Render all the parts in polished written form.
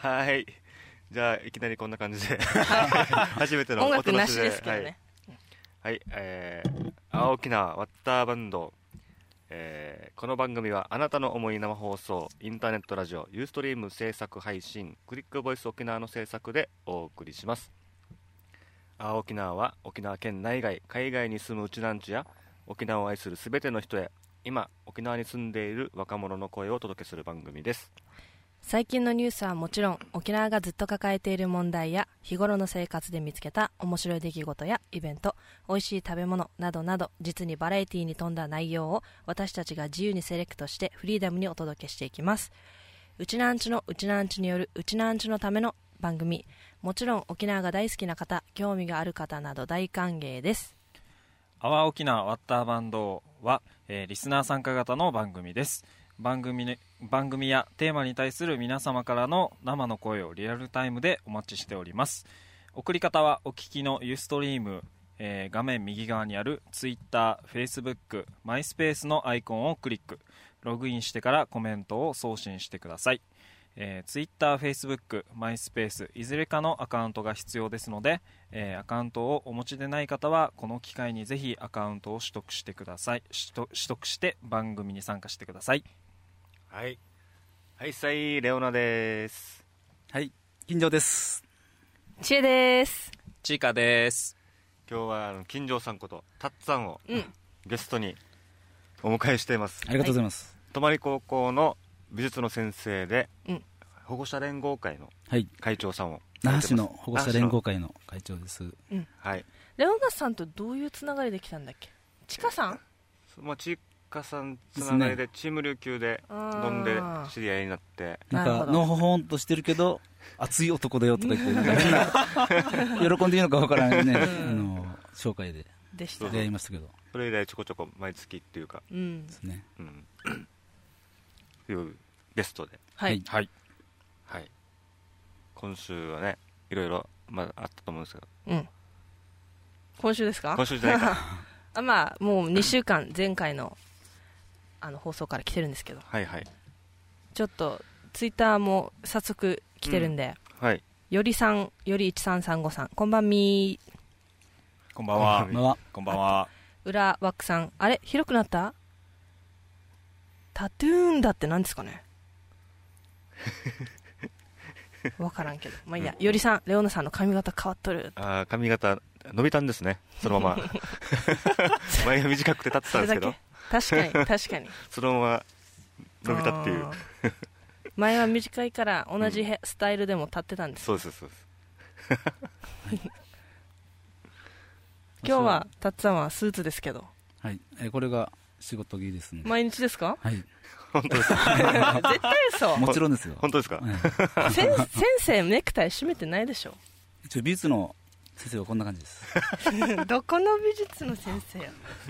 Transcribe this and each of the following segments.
はい。じゃあいきなりこんな感じで初めての音楽なし音出しでですけどね。 はい、青木縄ワッターバンド、この番組はあなたの思い生放送インターネットラジオユーストリーム制作配信クリックボイス沖縄の制作でお送りします。青木縄は沖縄県内外海外に住むうちなんちや沖縄を愛するすべての人へ今沖縄に住んでいる若者の声をお届けする番組です。 最近のニュースはもちろん沖縄がずっと抱えている問題や日頃の生活で見つけた面白い出来事やイベント、美味しい食べ物などなど実にバラエティに富んだ内容を私たちが自由にセレクトしてフリーダムにお届けしていきます。うちなんちのうちなんちによるうちなんちのための番組、もちろん沖縄が大好きな方、興味がある方など大歓迎です。 阿波沖縄ワッターバンドは、リスナー参加型の番組です。番組やテーマに対する皆様からの生の声をリアルタイムでお待ちしております。送り方はお聞きのユーストリーム、画面右側にある Twitter、Facebook、MySpace のアイコンをクリック、ログインしてからコメントを送信してください。Twitter、Facebook、MySpace いずれかのアカウントが必要ですので、アカウントをお持ちでない方はこの機会にぜひアカウントを取得してください。取得して番組に参加してください。 はい。はい、さい、レオナです。 はい、金城です。 ちえです。 ちいかです。 今日は金城さんことたっさんをゲストにお迎えしています。 ありがとうございます。 泊高校の美術の先生で、保護者連合会の会長さんを、 那覇市の保護者連合会の会長です。 はい。 レオナさんとどういうつながりで来たんだっけ？ちかさん？ まあ、ちかさんつながりでチーム琉球で飲んで知り合いになって、 なんかのほほんとしてるけど熱い男だよとか言ってなんか変な喜んでいいのかわからないね紹介で出会いましたけど、 それ以来ちょこちょこ毎月っていうかですね、 いうゲストではいはいはい、今週はねいろいろまああったと思うんですけど、 今週ですか？ 今週じゃないかまあもう2週間前回の放送から来てるんですけど、 はいはい、 ちょっとツイッターも早速来てるんで、 はい、 よりさん、より13353さん、こんばんみー。 こんばんは。こんばんは。 裏ワックさん、あれ広くなった？タトゥーンだって何ですかねわからんけど、まあいいや、よりさん、レオナさんの髪型変わっとる。 髪型伸びたんですね、そのまま前が短くて立ってたんですけど、 確かに確かにそのまま伸びたっていう前は短いから同じスタイルでも立ってたんです。 そうですそうです今日はたっつぁんはスーツですけど、 はい、これが仕事着ですね。 毎日ですか？ はい。 本当ですか？ 絶対そう。 もちろんですよ。 本当ですか？ 先生ネクタイ締めてないでしょ？ 一応美術の先生はこんな感じですどこの美術の先生や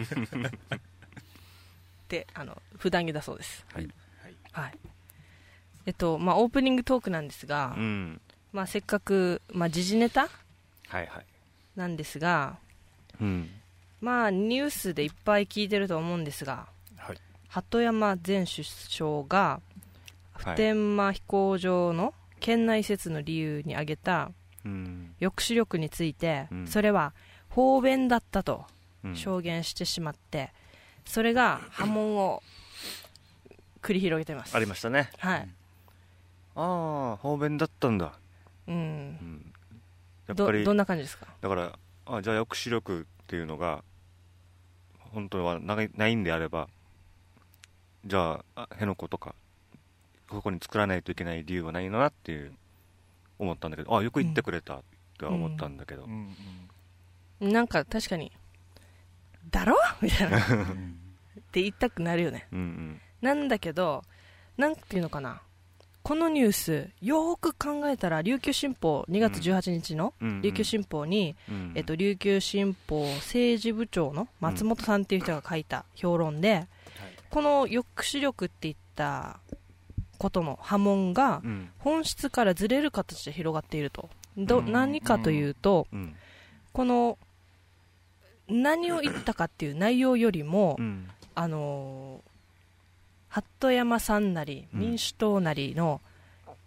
で普段着だそうです。 はい、 はい。まあオープニングトークなんですが、まあせっかく時事ネタなんですが、まあニュースでいっぱい聞いてると思うんですが、鳩山前首相が普天間飛行場の県内移設の理由に挙げた抑止力について、それは方便だったと証言してしまって、それが波紋を繰り広げています。 ありましたね。 はい。 ああ、方便だったんだ。やっぱりどんな感じですか？ だからじゃあ抑止力っていうのが本当はないんであれば、じゃあ辺野古とかここに作らないといけない理由はないのなっていう思ったんだけど、よく言ってくれたって思ったんだけど、 なんか確かにだろみたいなって言いたくなるよね。なんだけど、なんていうのかな、このニュースよーく考えたら琉球新報2月18日の琉球新報に、琉球新報政治部長の松本さんっていう人が書いた評論で、この抑止力っていったことの波紋が本質からずれる形で広がっていると。何かというと、この何を言ったかっていう内容よりも、鳩山さんなり民主党なりの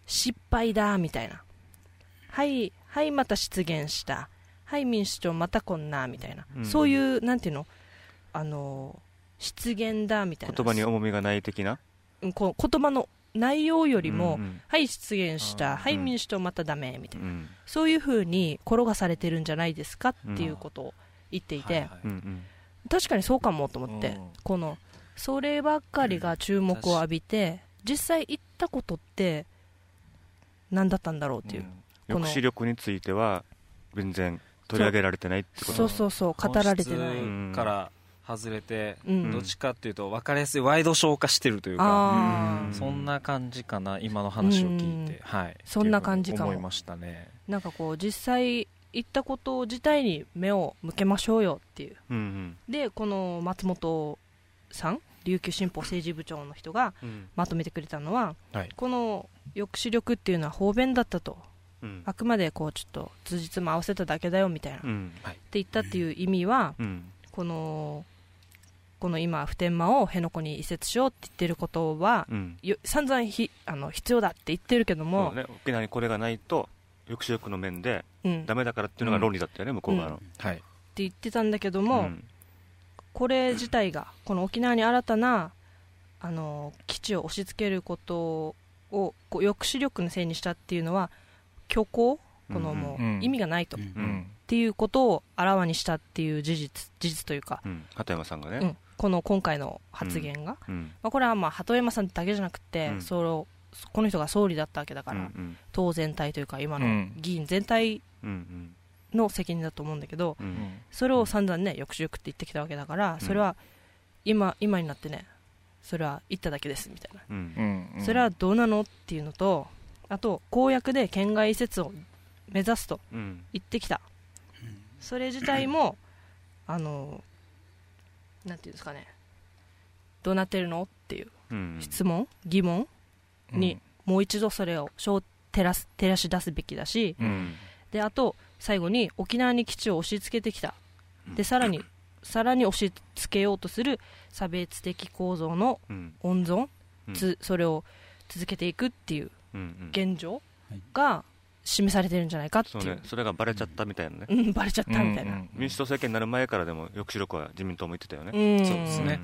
失敗だみたいな、はいはいまた失言した、はい民主党またこんなみたいな、そういうなんていうの、失言だみたいな、 言葉に重みがない的な、 言葉の内容よりも、はい失言した、はい民主党またダメみたいな、そういう風に転がされてるんじゃないですかっていうことを言っていて、確かにそうかもと思って、そればっかりが注目を浴びて、実際言ったことって何だったんだろうっていう、 抑止力については全然取り上げられてないってこと。 そう語られてないから外れて、どっちかっていうと分かりやすいワイドショー化してるというか、そんな感じかな、今の話を聞いて、 そんな感じかも思いましたね。 なんか実際言ったこと自体に目を向けましょうよっていう、でこの松本さん、琉球新報政治部長の人がまとめてくれたのは、この抑止力っていうのは方便だったと、あくまでちょっと通じつも合わせただけだよみたいな、って言ったっていう意味は、この今普天間を辺野古に移設しようって言ってることは、散々必要だって言ってるけども、 沖縄にこれがないと抑止力の面でダメだからっていうのが論理だったよね、向こう側の、 って言ってたんだけども、これ自体がこの沖縄に新たな基地を押し付けることを抑止力のせいにしたっていうのは虚構、もう意味がないと、っていうことをあらわにしたっていう事実というか、 鳩山さんがね、 今回の発言が、これは鳩山さんだけじゃなくて、この人が総理だったわけだから、党全体というか今の議員全体の責任だと思うんだけど、それを散々ね抑止力って言ってきたわけだから、それは今になってね、それは言っただけですみたいな、それはどうなのっていうのと、あと公約で県外移設を目指すと言ってきた、それ自体もなんていうんですかね、どうなってるのっていう質問、疑問にもう一度それを照らし出すべきだし、であと最後に沖縄に基地を押し付けてきた、でさらに押し付けようとする差別的構造の温存、それを続けていくっていう現状が示されてるんじゃないかっていう、 それがバレちゃったみたいなね、 バレちゃったみたいな、 民主党政権になる前からでも抑止力は自民党も言ってたよね、 そうですね、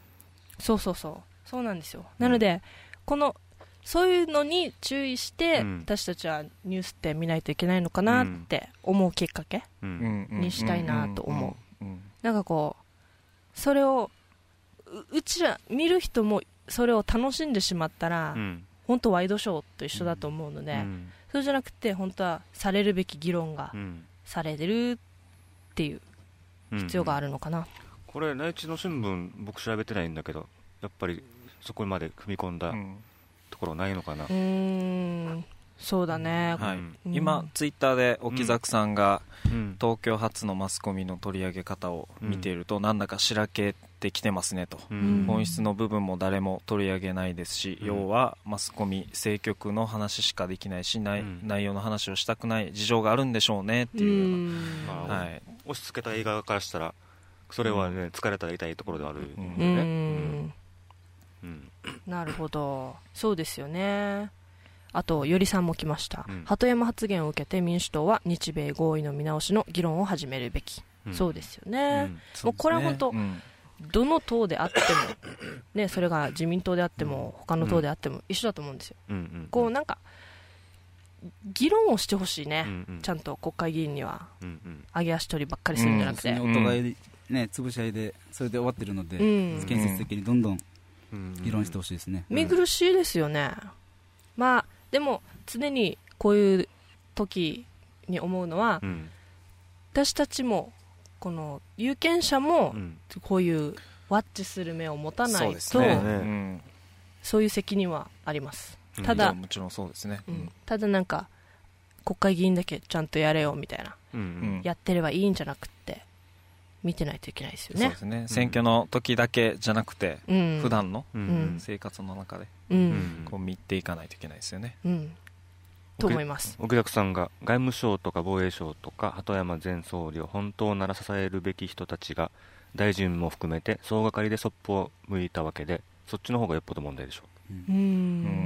そうなんですよ。なのでそういうのに注意して、私たちはニュースって見ないといけないのかなって思うきっかけにしたいなと思う。なんかそれをうちら見る人もそれを楽しんでしまったら、本当ワイドショーと一緒だと思うので、そうじゃなくて本当はされるべき議論がされてるっていう必要があるのかな。 これ内地の新聞僕調べてないんだけど、やっぱりそこまで踏み込んだところないのかな。 そうだね、 今ツイッターで沖崎さんが東京発のマスコミの取り上げ方を見ていると、なんだかしらけてきてますねと、本質の部分も誰も取り上げないですし、要はマスコミ政局の話しかできないし、内容の話をしたくない事情があるんでしょうねっていうような、 押し付けた映画からしたらそれはね、疲れたら痛いところではあるんでね。 なるほど、そうですよね。あとよりさんも来ました、鳩山発言を受けて民主党は日米合意の見直しの議論を始めるべき、そうですよね、もうこれは本当、どの党であっても、ね、それが自民党であっても他の党であっても一緒だと思うんですよ、なんか議論をしてほしいね、ちゃんと国会議員には、上げ足取りばっかりするんじゃなくて、 お互いね、潰し合いでそれで終わってるので、建設的にどんどん議論してほしいですね。 見苦しいですよね。まあでも常にこういう時に思うのは、私たちもこの有権者もこういうワッチする目を持たないと、そういう責任はあります。ただもちろんそうですね、 ただなんか国会議員だけちゃんとやれよみたいな、やってればいいんじゃなくて見てないといけないですよね。 そうですね、選挙の時だけじゃなくて、普段の生活の中でこう見ていかないといけないですよね、 と思います。 奥崎さんが外務省とか防衛省とか鳩山前総理を本当なら支えるべき人たちが大臣も含めて総がかりでそっぽを向いたわけで、そっちの方がよっぽど問題でしょう。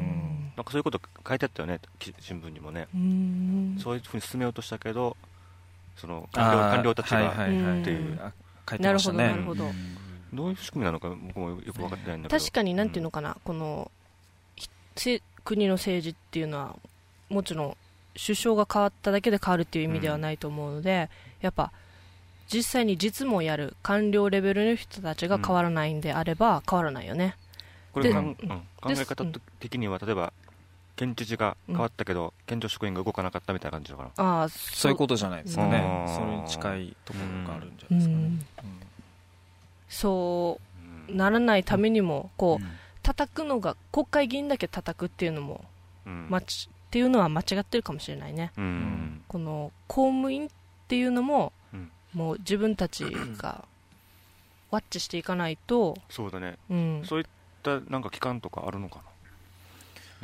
なんかそういうこと書いてあったよね、新聞にもね。そういうふうに進めようとしたけど、その官僚たちがっていう書いてましたね。 なるほど。 どういう仕組みなのか僕もよく分かってないんだけど、 確かになんていうのかな、この国の政治っていうのはもちろん首相が変わっただけで変わるっていう意味ではないと思うので、やっぱ実際に実務をやる官僚レベルの人たちが変わらないんであれば変わらないよね。 これ考え方的には例えば県知事が変わったけど、県庁職員が動かなかったみたいな感じだから、 そういうことじゃないですかね。それに近いところがあるんじゃないですかね。 そうならないためにもこう叩くのが国会議員だけ叩くっていうのも、っていうのは間違ってるかもしれないね。この公務員っていうのも、もう自分たちがワッチしていかないと。 そうだね、そういったなんか機関とかあるのかな。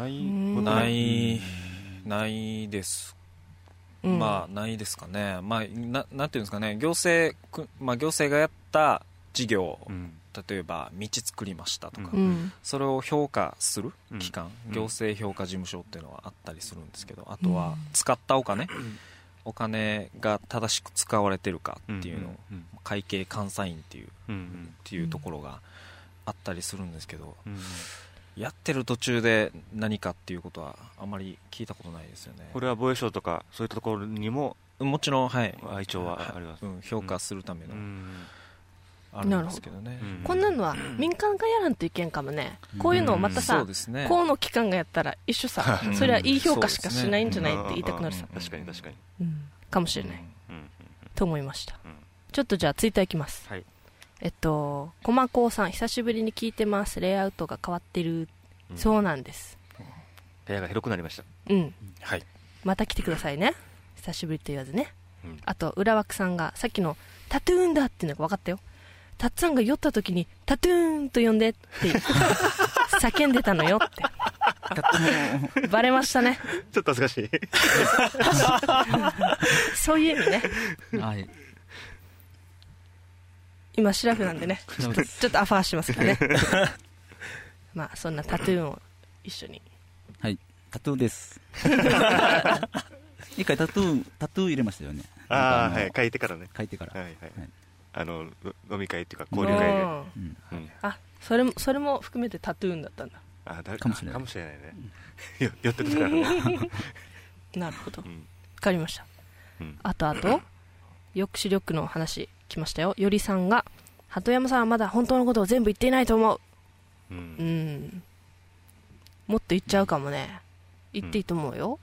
ないです。ないですかね。なんていうんですかね、行政がやった事業、例えば道作りましたとか、それを評価する機関、行政評価事務所っていうのはあったりするんですけど、あとは使ったお金が正しく使われてるかっていうのを、会計監査院っていうところがあったりするんですけど、やってる途中で何かっていうことはあまり聞いたことないですよね。 これは防衛省とかそういったところにももちろん、 一応はあります、 評価するための、あるんですけどね。 こんなのは民間がやらんといけんかもね。こういうのをまたさ、河野機関がやったら一緒さ、それはいい評価しかしないんじゃないって言いたくなるさ。 確かにかもしれないと思いました。ちょっとじゃあツイッターいきます。コマコウさん、久しぶりに聞いてます。レイアウトが変わってる。そうなんです。 部屋が広くなりました。 また来てくださいね。久しぶりと言わずね。あと浦枠さんがさっきのタトゥーンだっていうのが分かったよ。タッツさんが酔った時にタトゥーンと呼んでって叫んでたのよってバレましたね。 ちょっと恥ずかしいそういう意味ね。今シラフなんでね、ちょっとアファーしますからねそんなタトゥーンを一緒に。 タトゥーです一回タトゥー入れましたよね。 書いてから飲み会っていうか交流会で、それも含めてタトゥーンだったんだ。 かもしれないね寄ってたからねなるほど、分かりました。あと抑止力の話来ましたよ。よりさんが、鳩山さんはまだ本当のことを全部言っていないと思う。もっと言っちゃうかもね。言っていいと思うよ。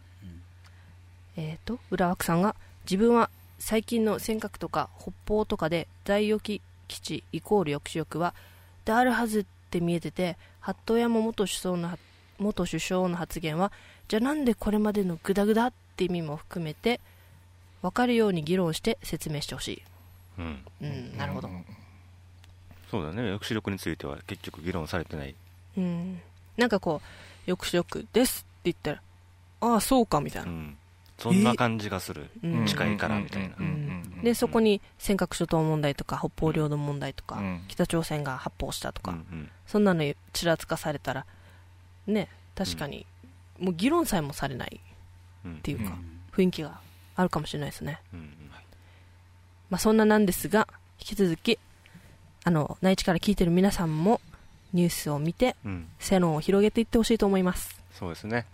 浦枠さんが、自分は最近の尖閣とか北方とかで在沖基地イコール抑止力はであるはずって見えてて、鳩山元首相の発言はじゃあなんでこれまでのグダグダって意味も含めて分かるように議論して説明してほしい。なるほど。 そうだね、抑止力については結局議論されてない。 なんかこう抑止力ですって言ったら、ああそうかみたいな、 そんな感じがする、近いからみたいな。 でそこに尖閣諸島問題とか北方領土問題とか、北朝鮮が発砲したとか、そんなのちらつかされたらね、確かにもう議論さえもされないっていうか、雰囲気があるかもしれないですね。そんななんですが、引き続き内地から聞いてる皆さんもニュースを見て、世論を広げていってほしいと思います。 そうですね。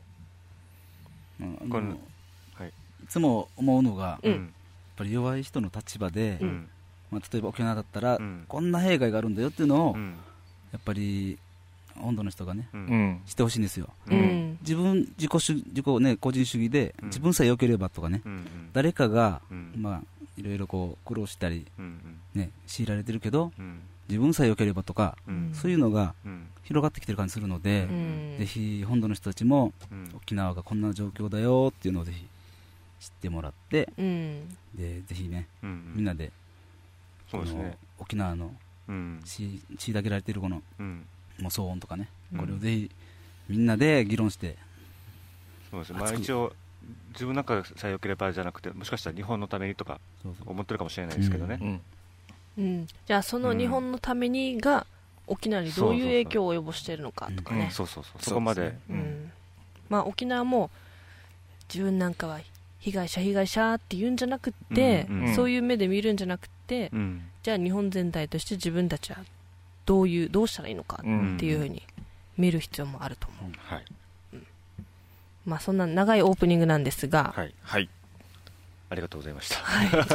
いつも思うのが、やっぱり弱い人の立場で、例えば沖縄だったら、こんな弊害があるんだよっていうのを、やっぱり本土の人がね、してほしいんですよ。自分個人主義で、自分さえ良ければとかね、誰かがいろいろこう苦労したり、強いられてるけど、自分さえ良ければとか、そういうのが広がってきてる感じするので、ぜひ本土の人たちも、沖縄がこんな状況だよっていうのをぜひ知ってもらって、でぜひね、みんなで沖縄の虐げられているこの騒音とかね、これをぜひみんなで議論して。 そうですね、一応自分なんかさえ良ければじゃなくて、もしかしたら日本のためにとか思ってるかもしれないですけどね。 じゃあその日本のためにが沖縄にどういう影響を及ぼしているのかとかね、 そこまでまあ沖縄も自分なんかは被害者って言うんじゃなくて、そういう目で見るんじゃなくて、じゃあ日本全体として自分たちはどうしたらいいのかっていうふうに見る必要もあると思う。 はい。 まあそんな長いオープニングなんですが、 はい。 はい。 ありがとうございました。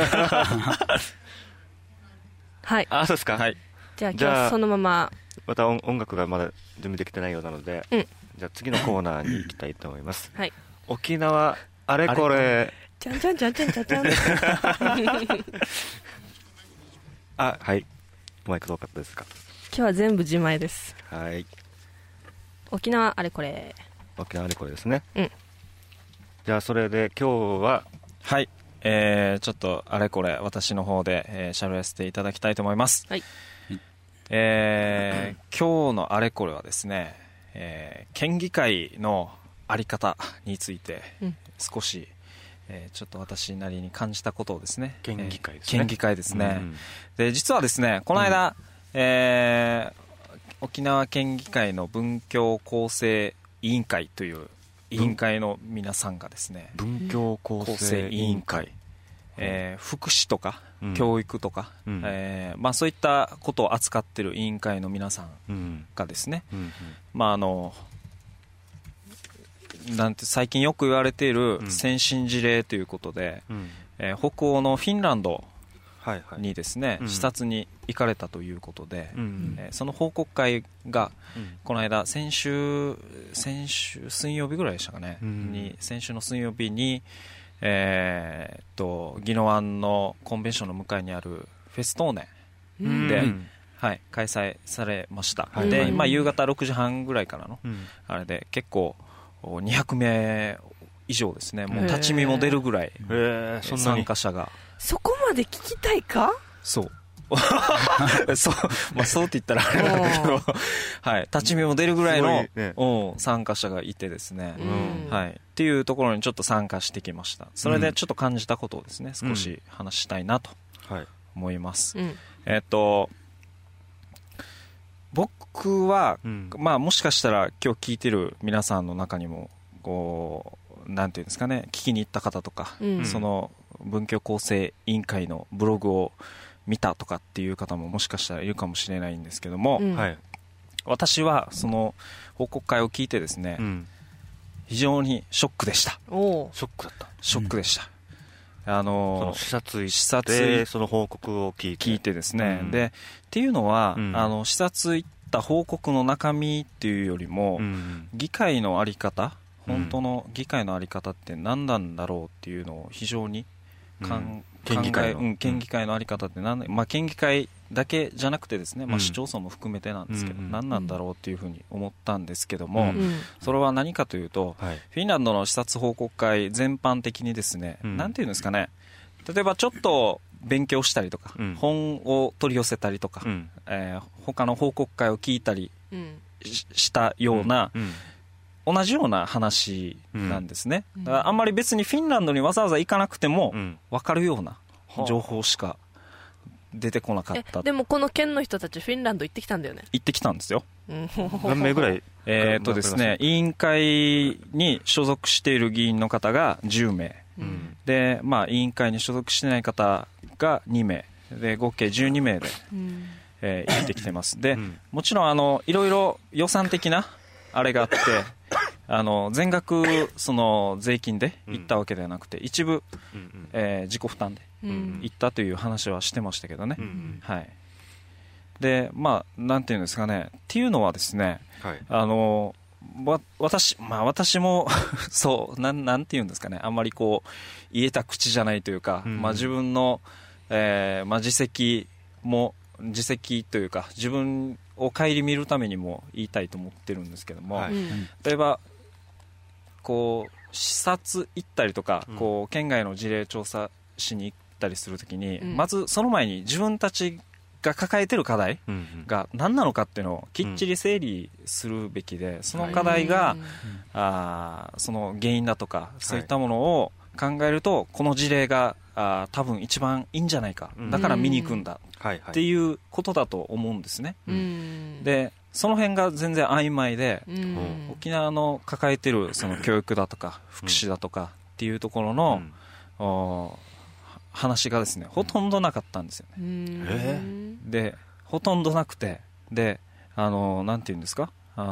はい。 あ、そうですか。はい。 じゃあ今日はそのまま。 また音楽がまだ準備できてないようなので、じゃあ次のコーナーに行きたいと思います。 はい。 沖縄あれこれ。 じゃんじゃんじゃんじゃんじゃんじゃん。 あ、はい。マイクどうかったですか。 今日は全部自前です。 はい。 沖縄あれこれ。 沖縄あれこれですね。じゃあそれで今日は、 はい。ちょっとあれこれ私の方で喋らせていただきたいと思います。 はい。 今日のあれこれはですね、県議会のあり方について少し、ちょっと私なりに感じたことをですね。 県議会ですね。 県議会ですね。で実はですね、この間、沖縄県議会の文教構成委員会という委員会の皆さんがですね、 文教構成委員会、 福祉とか、教育とか、まあ、そういったことを扱っている委員会の皆さんがですね、まあなんて最近よく言われている先進事例ということで、北欧のフィンランドにですね、視察に行かれたということで、その報告会がこの間先週水曜日ぐらいでしたかね、先週の水曜日に宜野湾のコンベンションの向かいにあるフェストーネで、開催されました。で、まあ、夕方6時半ぐらいからのあれで結構200名以上ですね、もう立ち見も出るぐらい参加者が。 そこまで聞きたいか。 そうそう、まあ、そうって言ったらあれなんだけど、はい、立ち見も出るぐらいの参加者がいてですね、はい、っていうところにちょっと参加してきました。それでちょっと感じたことをですね、少し話したいなと思います。僕は、まあ、もしかしたら今日聞いてる皆さんの中にもこうなんていうんですかね、聞きに行った方とか、その文教構成委員会のブログを見たとかっていう方ももしかしたらいるかもしれないんですけども、私はその報告会を聞いてですね、非常にショックでした。 ショックだった。 ショックでした。 その視察行ってその報告を聞いてですね、でっていうのは、視察行った報告の中身っていうよりも、議会の在り方、本当の議会の在り方って何なんだろうっていうのを非常に県議会の在り方ってまあ、県議会だけじゃなくてですね、まあ、市町村も含めてなんですけど、何なんだろうっていうふうに思ったんですけども、それは何かというと、フィンランドの視察報告会全般的にですね、なんていうんですかね、例えばちょっと勉強したりとか、本を取り寄せたりとか、他の報告会を聞いたりしたような、同じような話なんですね。だからあんまり別にフィンランドにわざわざ行かなくても分かるような情報しか出てこなかった。 でもこの県の人たちフィンランド行ってきたんだよね。 行ってきたんですよ。 何名ぐらい？ ですね、委員会に所属している議員の方が10名、で、まあ、委員会に所属してない方が2名で合計12名で、行ってきてます。で、もちろんいろいろ予算的なあれがあって全額その税金で行ったわけではなくて、一部、自己負担で行ったという話はしてましたけどね、はい。で、まあなんていうんですかねっていうのはですね、私もそうなんていうんですかね、あんまりこう言えた口じゃないというか、まあ、自分の、まあ、自責というか自分を顧みるためにも言いたいと思ってるんですけども、例えばこう視察行ったりとか、こう県外の事例調査しに行ったりするときに、まずその前に自分たちが抱えてる課題が何なのかっていうのをきっちり整理するべきで、その課題が、その原因だとかそういったものを考えると、この事例が多分一番いいんじゃないか、だから見に行くんだっていうことだと思うんですね。で、 その辺が全然曖昧で、 沖縄の抱えてるその教育だとか福祉だとかっていうところの、話がですねほとんどなかったんですよね。でほとんどなくて、でなんていうんですか、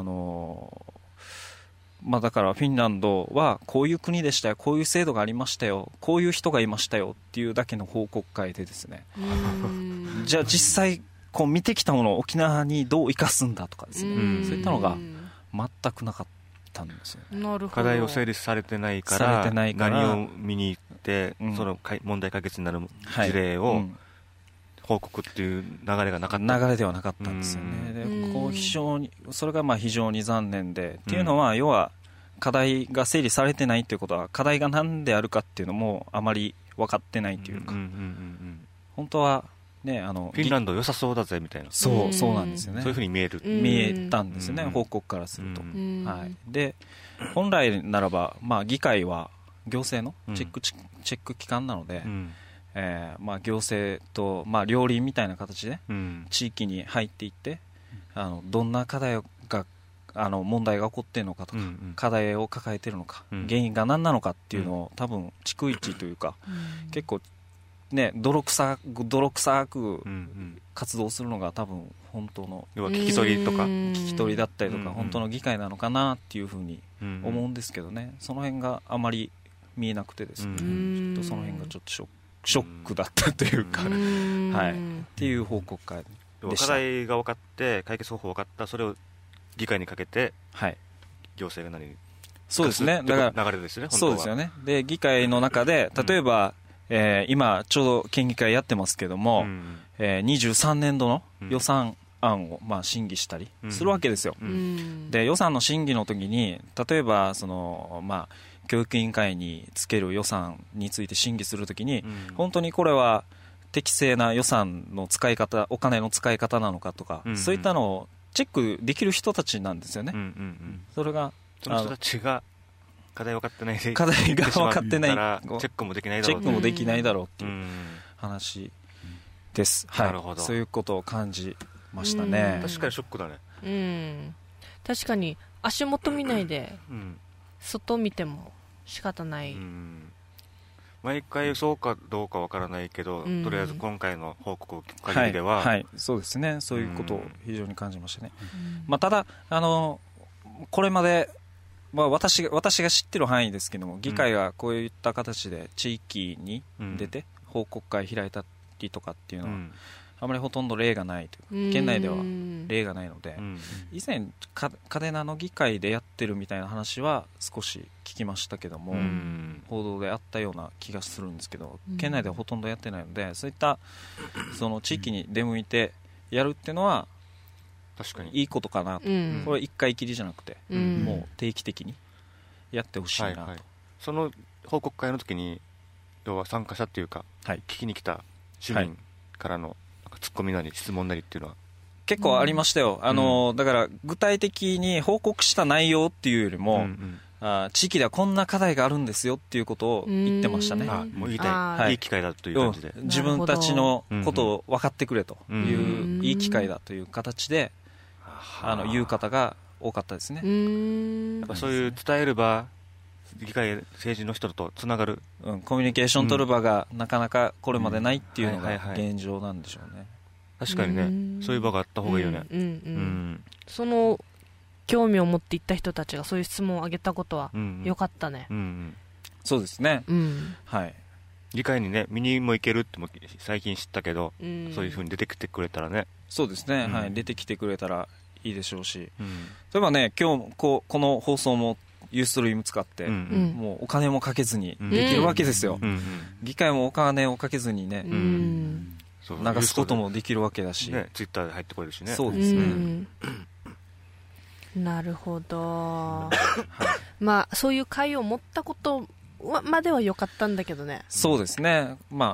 だからフィンランドはこういう国でしたよ、こういう制度がありましたよ、こういう人がいましたよっていうだけの報告会でですねじゃあ実際こう見てきたものを沖縄にどう生かすんだとかですね、そういったのが全くなかったんですよね。 なるほど。 課題を整理されてないから何を見に行って、その問題解決になる事例を報告っていう流れがなかった、 流れではなかったんですよね。でこう非常にそれが非常に残念で、っていうのは要は課題が整理されてないということは課題が何であるかっていうのもあまり分かってないというか、本当はね、フィンランド良さそうだぜみたいな、 そうなんですよね。 そういうふうに見えたんですよね、報告からすると。で本来ならば、議会は行政のチェック機関なので、行政と、両輪みたいな形で地域に入っていって、どんな課題が問題が起こっているのかとか、課題を抱えているのか、原因が何なのかっていうのを多分逐一というか、結構ね、泥臭く活動するのが多分本当の要は聞き取りだったりとか、本当の議会なのかなっていうふうに思うんですけどね、その辺があまり見えなくてですね、ちょっとその辺がちょっとショックだったというか、っていう報告会でした。 課題が分かって解決方法分かった、それを議会にかけて、行政が何にそうですね、だから流れですね、 そうですよね。で議会の中で例えば、今ちょうど県議会やってますけども、23年度の予算案を審議したりするわけですよ。で予算の審議の時に例えばその、教育委員会につける予算について審議するときに、本当にこれは適正な予算の使い方、お金の使い方なのかとか、そういったのをチェックできる人たちなんですよね。それがその人たちが課題分かってないで、 課題が分かってない、 チェックもできないだろうっていう話です。なるほど。そういうことを感じましたね。 確かにショックだね。 確かに足元見ないで、外見ても仕方ない。 毎回そうかどうかわからないけど、とりあえず今回の報告限りでは、 そうですね、そういうことを非常に感じましたね。ただこれまで、私が知ってる範囲ですけども、議会がこういった形で地域に出て報告会開いたりとかっていうのは、あまりほとんど例がないという、県内では例がないので、以前嘉手納の議会でやってるみたいな話は少し聞きましたけども、報道であったような気がするんですけど、県内ではほとんどやってないので、そういったその地域に出向いてやるっていうのは確かにいいことかなと、これは1回きりじゃなくて、もう定期的にやってほしいなと。 その報告会の時に要は参加者っていうか、聞きに来た市民からのツッコミなり質問なりっていうのは結構ありましたよ。だから具体的に報告した内容っていうよりも、地域ではこんな課題があるんですよっていうことを言ってましたね。 もう言いたい、いい機会だという感じで、 自分たちのことを分かってくれといういい機会だという形で言う方が多かったですね。 やっぱそういう伝える場、議会政治の人とつながる、 コミュニケーション取る場がなかなかこれまでないっていうのが現状なんでしょうね。 確かにね、そういう場があった方がいいよね。 その興味を持っていった人たちがそういう質問をあげたことは良かったね。 そうですね。 議会にね見にも行けるっても最近知ったけど、そういう風に出てきてくれたらね。 そうですね、出てきてくれたらいいでしょうし、例えばね、今日この放送もユーストリーム使って、もうお金もかけずにできるわけですよ。議会もお金をかけずにね、流すこともできるわけだし、 ツイッターで入ってこれるしね。 そうですね。 なるほど。そういう会を持ったことまでは良かったんだけどね。 そうですね。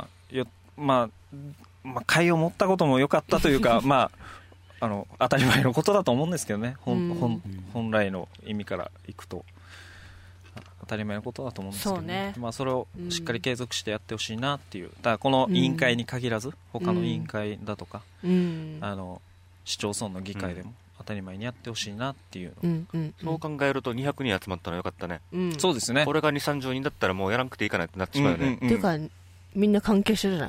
会を持ったことも良かったというか、当たり前のことだと思うんですけどね。本来の意味からいくと当たり前のことだと思うんですけどね。それをしっかり継続してやってほしいなっていう。だからこの委員会に限らず、他の委員会だとか、市町村の議会でも当たり前にやってほしいなっていうの、 うんうんうん、 そう考えると200人集まったのはよかったね、 うん、 そうですね。 これが2、30人だったらもうやらなくていいかなってなってしまうよね、 っていうかみんな関係者じゃない？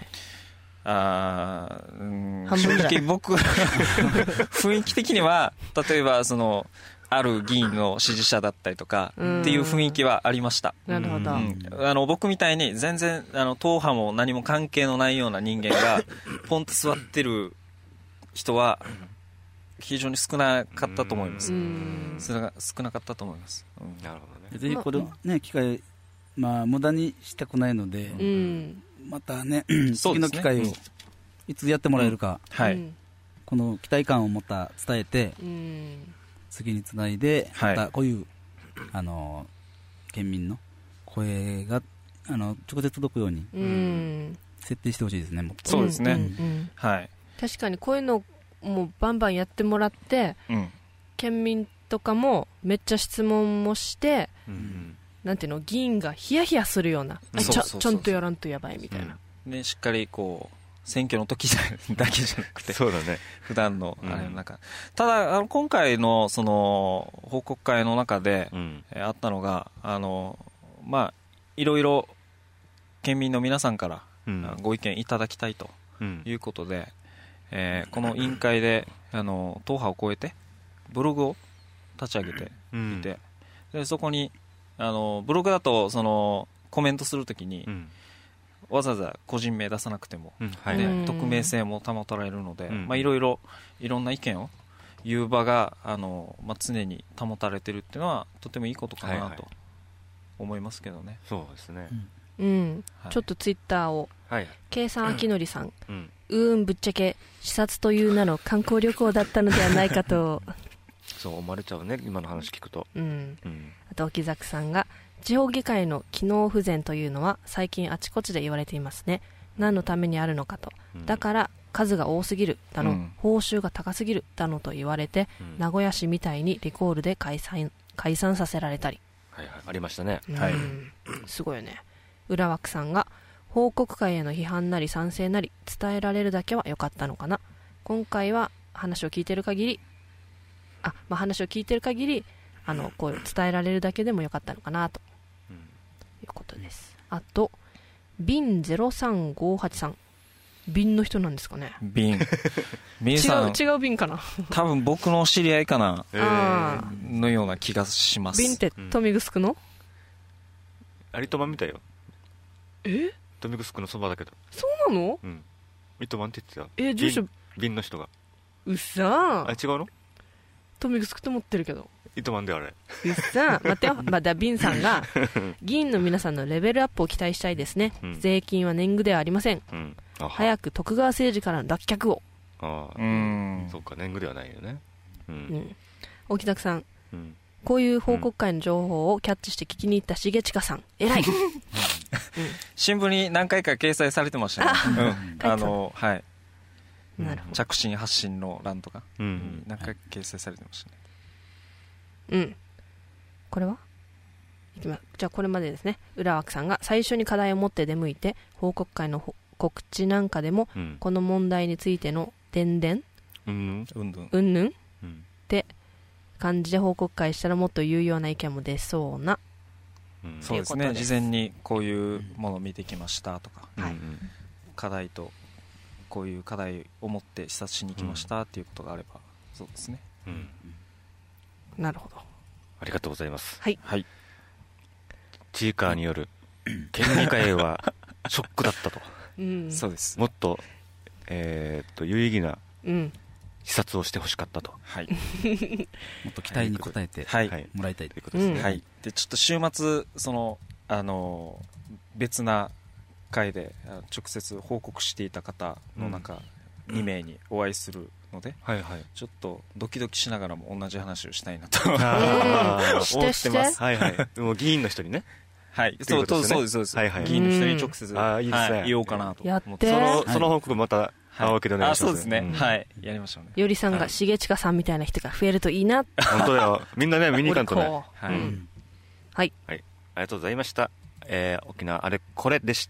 正直僕雰囲気的には例えばそのある議員の支持者だったりとかっていう雰囲気はありました。 なるほど、 僕みたいに全然党派も何も関係のないような人間がポンと座ってる人は非常に少なかったと思います。少なかったと思います、 なるほどね。 ぜひこれね機会、無駄にしたくないので、またね次の機会をいつやってもらえるか、この期待感をまた伝えて、次につないで、またこういう県民の声が直接届くように設定してほしいですね。 そうですね、はい。 確かにこういうのもうバンバンやってもらって、県民とかもめっちゃ質問もして、なんていうの、議員がヒヤヒヤするような、ちゃんとやらんとやばいみたいな、 でしっかりこう選挙の時だけじゃなくてそうだね、 普段のあれの中、ただ今回のその報告会の中で、あったのがいろいろ県民の皆さんから、ご意見いただきたいということで、この委員会で党派を超えてブログを立ち上げていて、でそこにブログだとそのコメントするときに、わざわざ個人名出さなくても、匿名性も保たれるので、いろんな意見を言う場が常に保たれてるっていうのはとてもいいことかなと思いますけどね。 そうですね、 ちょっとツイッターを、計算あきのりさん、ぶっちゃけ視察という名の観光旅行だったのではないかとそう思われちゃうね、今の話聞くと。 あと沖崎さんが、地方議会の機能不全というのは最近あちこちで言われていますね。何のためにあるのかと、だから数が多すぎるだの、報酬が高すぎるだのと言われて、名古屋市みたいにリコールで解散させられたり、 ありましたね、 すごいよね。浦枠さんが、報告会への批判なり賛成なり伝えられるだけは良かったのかな。今回は話を聞いてる限りこう伝えられるだけでも良かったのかなということです。あとビン0358さん、ビンの人なんですかね。 ビンさん違うビンかな多分僕の知り合いかな、のような気がします。 ビンって豊見城の、 有戸満みたいよ。豊見城のそばだけど。 そうなの？ 糸満って言ってた。 住所ビンの人が。 うっさー。 違うの？ 豊見城と思ってるけど。 糸満であれ。 うっさー。待ってよ。ビンさんが議員の皆さんのレベルアップを期待したいですね。税金は年貢ではありません。早く徳川政治からの脱却を。 そうか、年貢ではないよね。 沖崎さん。こういう報告会の情報をキャッチして聞きに行った重近さん、偉い。 新聞に何回か掲載されてましたね。 なるほど。 着信発信の欄とか、何回か掲載されてましたね。 これは？じゃあこれまでですね。浦枠さんが最初に課題を持って出向いて、報告会の告知なんかでも、この問題についてのうんぬんって感じで報告会したらもっと有用な意見も出そうな、 そうですね。事前にこういうものを見てきましたとか、課題とこういう課題を持って視察しに来ましたっていうことがあれば、そうですね。 なるほど。 ありがとうございます。 はい。 チーカーによる県議会はショックだったと。 そうです。 もっと有意義な視察をしてほしかったと。 もっと期待に応えてもらいたいということですね。 でちょっと週末別な会で直接報告していた方の中2名にお会いするので、ちょっとドキドキしながらも同じ話をしたいなと思ってます。 もう議員の人にね。 そうです。議員の人に直接言おうかなと思って。 その報告また会うわけでお願いします。 そうですね。やりましょうね。 よりさんが重近さんみたいな人が増えるといいな。 本当だよ。みんなね見に行かんとね。 はい。 ありがとうございました。沖縄あれこれでした。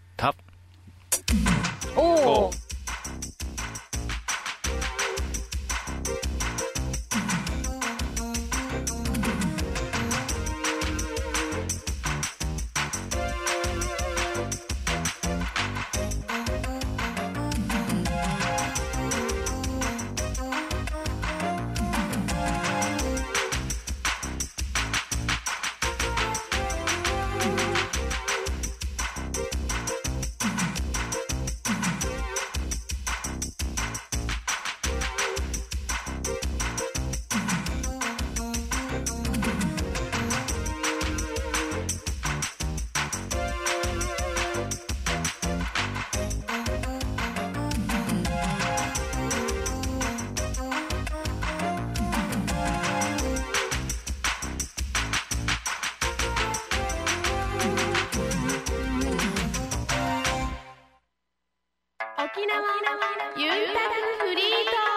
ゆうたくフリー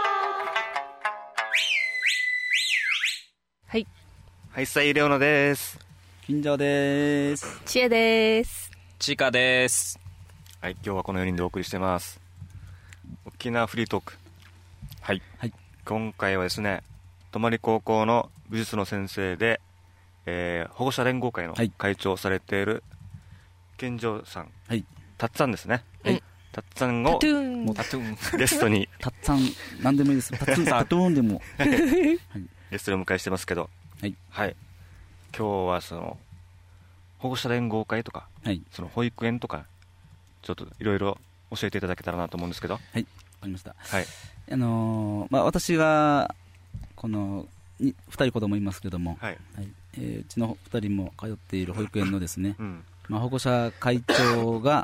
トーク。 はい、さい、レオナです。 金城です。 ちえです。 ちかです。 はい、今日はこの4人でお送りしてます。沖縄フリートーク。はい。はい、今回はですね、泊高校の美術の先生で、保護者連合会の会長をされている健城さん、はい、たっつぁんですね。はい。たっつぁんをゲストにたっつぁん何でもいいです。たっつぁんでも、はい、 ゲストにお迎えしてますけど、はい、はい、今日はその保護者連合会とか、はい、その保育園とかちょっといろいろ教えていただけたらなと思うんですけど。 はい、わかりました。はい、私がこの2人子供いますけども、はい、はい、うちの2人も通っている保育園のですね、保護者会長が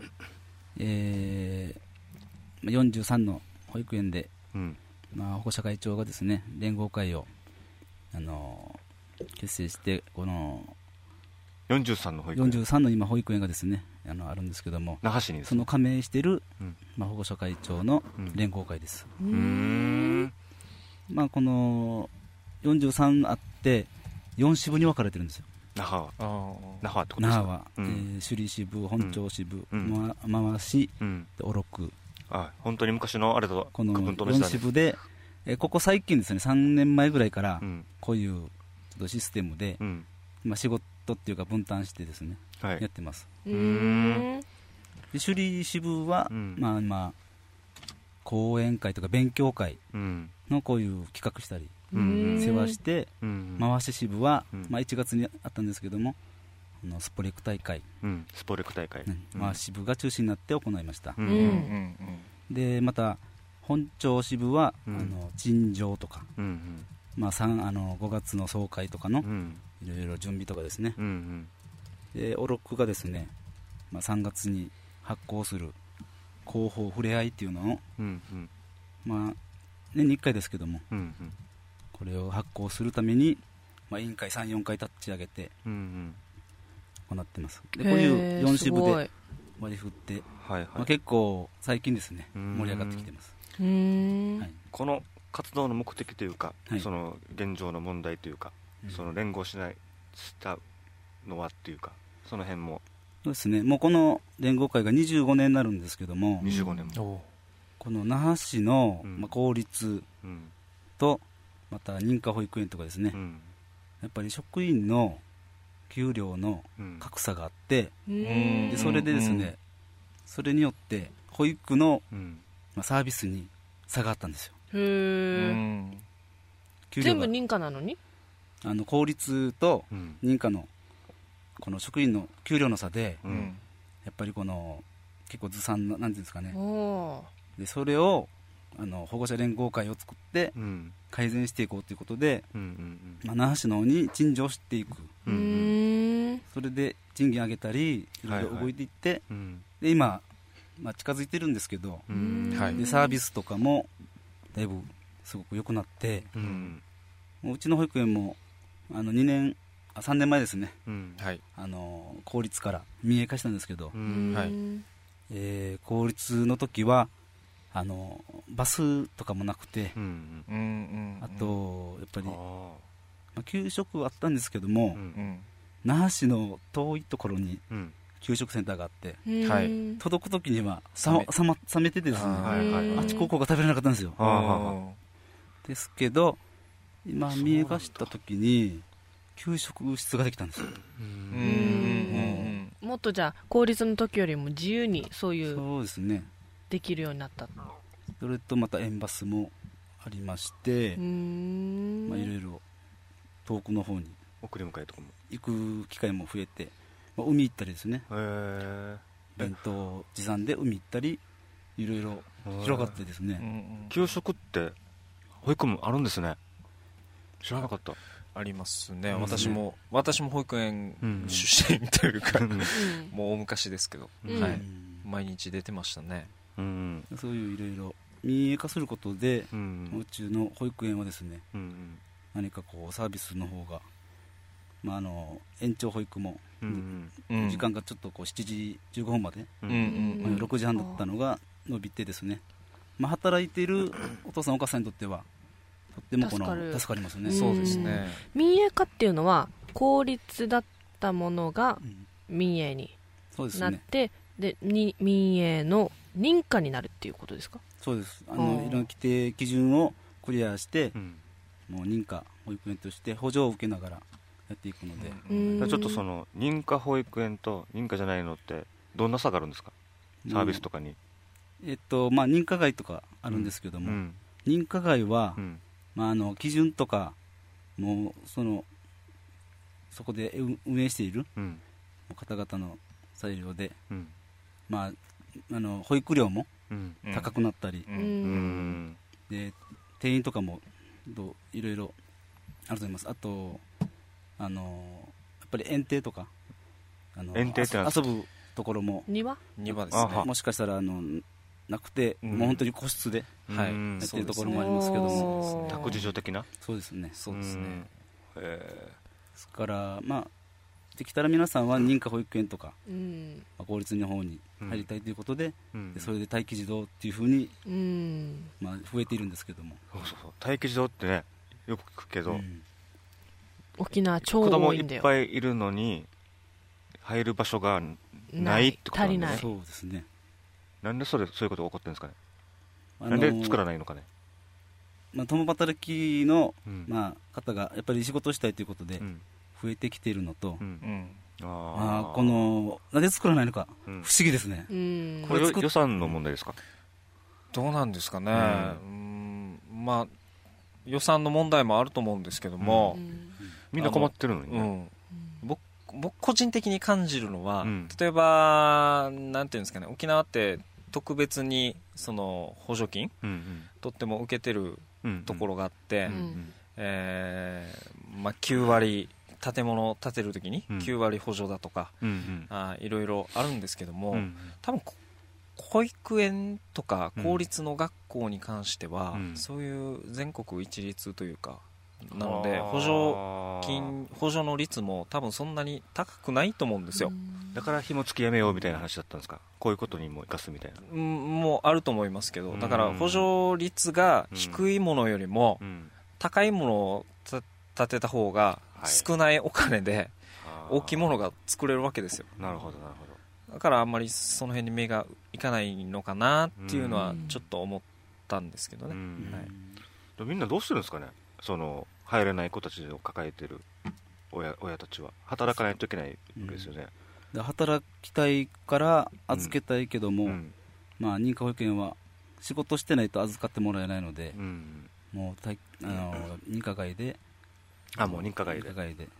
43の保育園で、保護者会長がですね、連合会を結成して、この 43の保育園、 43の今保育園がですね、あるんですけども、 那覇市にですね、 その加盟している、保護者会長の連合会です。この43あって4支部に分かれてるんですよ。 那覇ってことですか。 那覇は、首里支部、本町支部、真和市、小禄、 本当に昔のあれとこの4支部で、ここ最近ですね、3年前ぐらいからこういうちょっとシステムで、仕事っていうか分担してですね、やってます。で首里支部は、今講演会とか勉強会のこういう企画したり、世話して、回し支部は、1月にあったんですけども、スポレク大会、回し支部が中心になって行いました。でまた本町支部は、陳情とか、5月の総会とかのいろいろ準備とかですね、で小禄がですね、3月に発行する広報ふれあいっていうのを、年に1回ですけども、これを発行するために、委員会 3,4 回立ち上げて行ってます。でこういう4支部で割り振って、結構最近ですね、盛り上がってきてます。 この活動の目的というか、その現状の問題というか、その連合したのはっていうか、その辺も。 そうですね、もうこの連合会が25年になるんですけども、 25年もこの那覇市の、公立とまた認可保育園とかですね、やっぱり職員の給料の格差があって、でそれでですね、それによって保育の、サービスに差があったんですよ。 全部認可なのに、 公立と認可のこの職員の給料の差で、やっぱりこの結構ずさんな、なんていうんですかね、でそれを保護者連合会を作って改善していこうということで、那覇市の方に陳情していく、それで賃金上げたりいろいろ動いていって、で今、近づいてるんですけど、でサービスとかもだいぶすごく良くなって、もううちの保育園も3年前ですね、公立から民営化したんですけど、公立の時はバスとかもなくて、あとやっぱり、給食はあったんですけども、那覇市の遠いところに給食センターがあって、届く時には冷めててですね、あっち高校が食べれなかったんですよ。ですけど今民営化した時に給食室ができたんですよ。 もっとじゃあ公立の時よりも自由にそうですね、 できるようになった。 それとまた園バスもありまして、いろいろ遠くの方に送り迎えとかも行く機会も増えて、海行ったりですね、弁当持参で海行ったり、いろいろ広がってですね。 給食って保育もあるんですね。知らなかった。 ありますね。私も保育園出身というか、もう大昔ですけど、毎日出てましたね。 そういういろいろ民営化することで、うちの保育園はですね、何かこうサービスの方が、延長保育も、時間がちょっとこう7時15分まで、6時半だったのが伸びてですね、働いているお父さんお母さんにとってはとっても助かりますね。 そうですね。 民営化っていうのは公立だったものが民営になって、で民営の認可になるっていうことですか？ そうです。いろんな規定基準をクリアして、もう認可保育園として補助を受けながらやっていくので、 ちょっとその認可保育園と認可じゃないのってどんな差があるんですか？サービスとかに。 認可外とかあるんですけども、認可外は、基準とかもうそこで運営している方々の裁量で、保育料も高くなったり、で定員とかもいろいろあると思います。あとやっぱり園庭とか園庭って遊ぶところも庭ですね。 もしかしたらなくて、もう本当に個室でやってるところもありますけども、 託児所的な。 そうですね。 ですからできたら皆さんは認可保育園とか、公立の方に入りたいということで、それで待機児童っていうふうに、増えているんですけども。 そう待機児童ってね、よく聞くけど、 沖縄超子供い多いんだよ。 っぱいいるのに入る場所がないってことなんですね。 足りない。 そうですね。 なんでそういうことが起こってるんですかね。なんで作らないのかね。 共働きの、方がやっぱり仕事したいということで増えてきているのと、なんで作らないのか、不思議ですね。 これ予算の問題ですか？ どうなんですかね。予算の問題もあると思うんですけども、 みんな困ってるのにね。 僕個人的に感じるのは、例えばなんていうんですかね、沖縄って特別にその補助金、とっても受けてるところがあって、9割建物を建てるときに9割補助だとか、いろいろあるんですけども、多分保育園とか公立の学校に関しては、そういう全国一律というかなので、補助の率も多分そんなに高くないと思うんですよ。 だから紐付きやめようみたいな話だったんですか？こういうことにも生かすみたいな。 もうあると思いますけど、だから補助率が低いものよりも高いものを建てた方が少ないお金で大きいものが作れるわけですよ。 なるほどなるほど。 だからあんまりその辺に目がいかないのかなっていうのはちょっと思ったんですけどね。 みんなどうしてるんですかね、その入れない子たちを抱えてる親たちは。働かないといけないわけですよね。 働きたいから預けたいけども、認可保育園は仕事してないと預かってもらえないので、もう認可外で、 もう認可外で、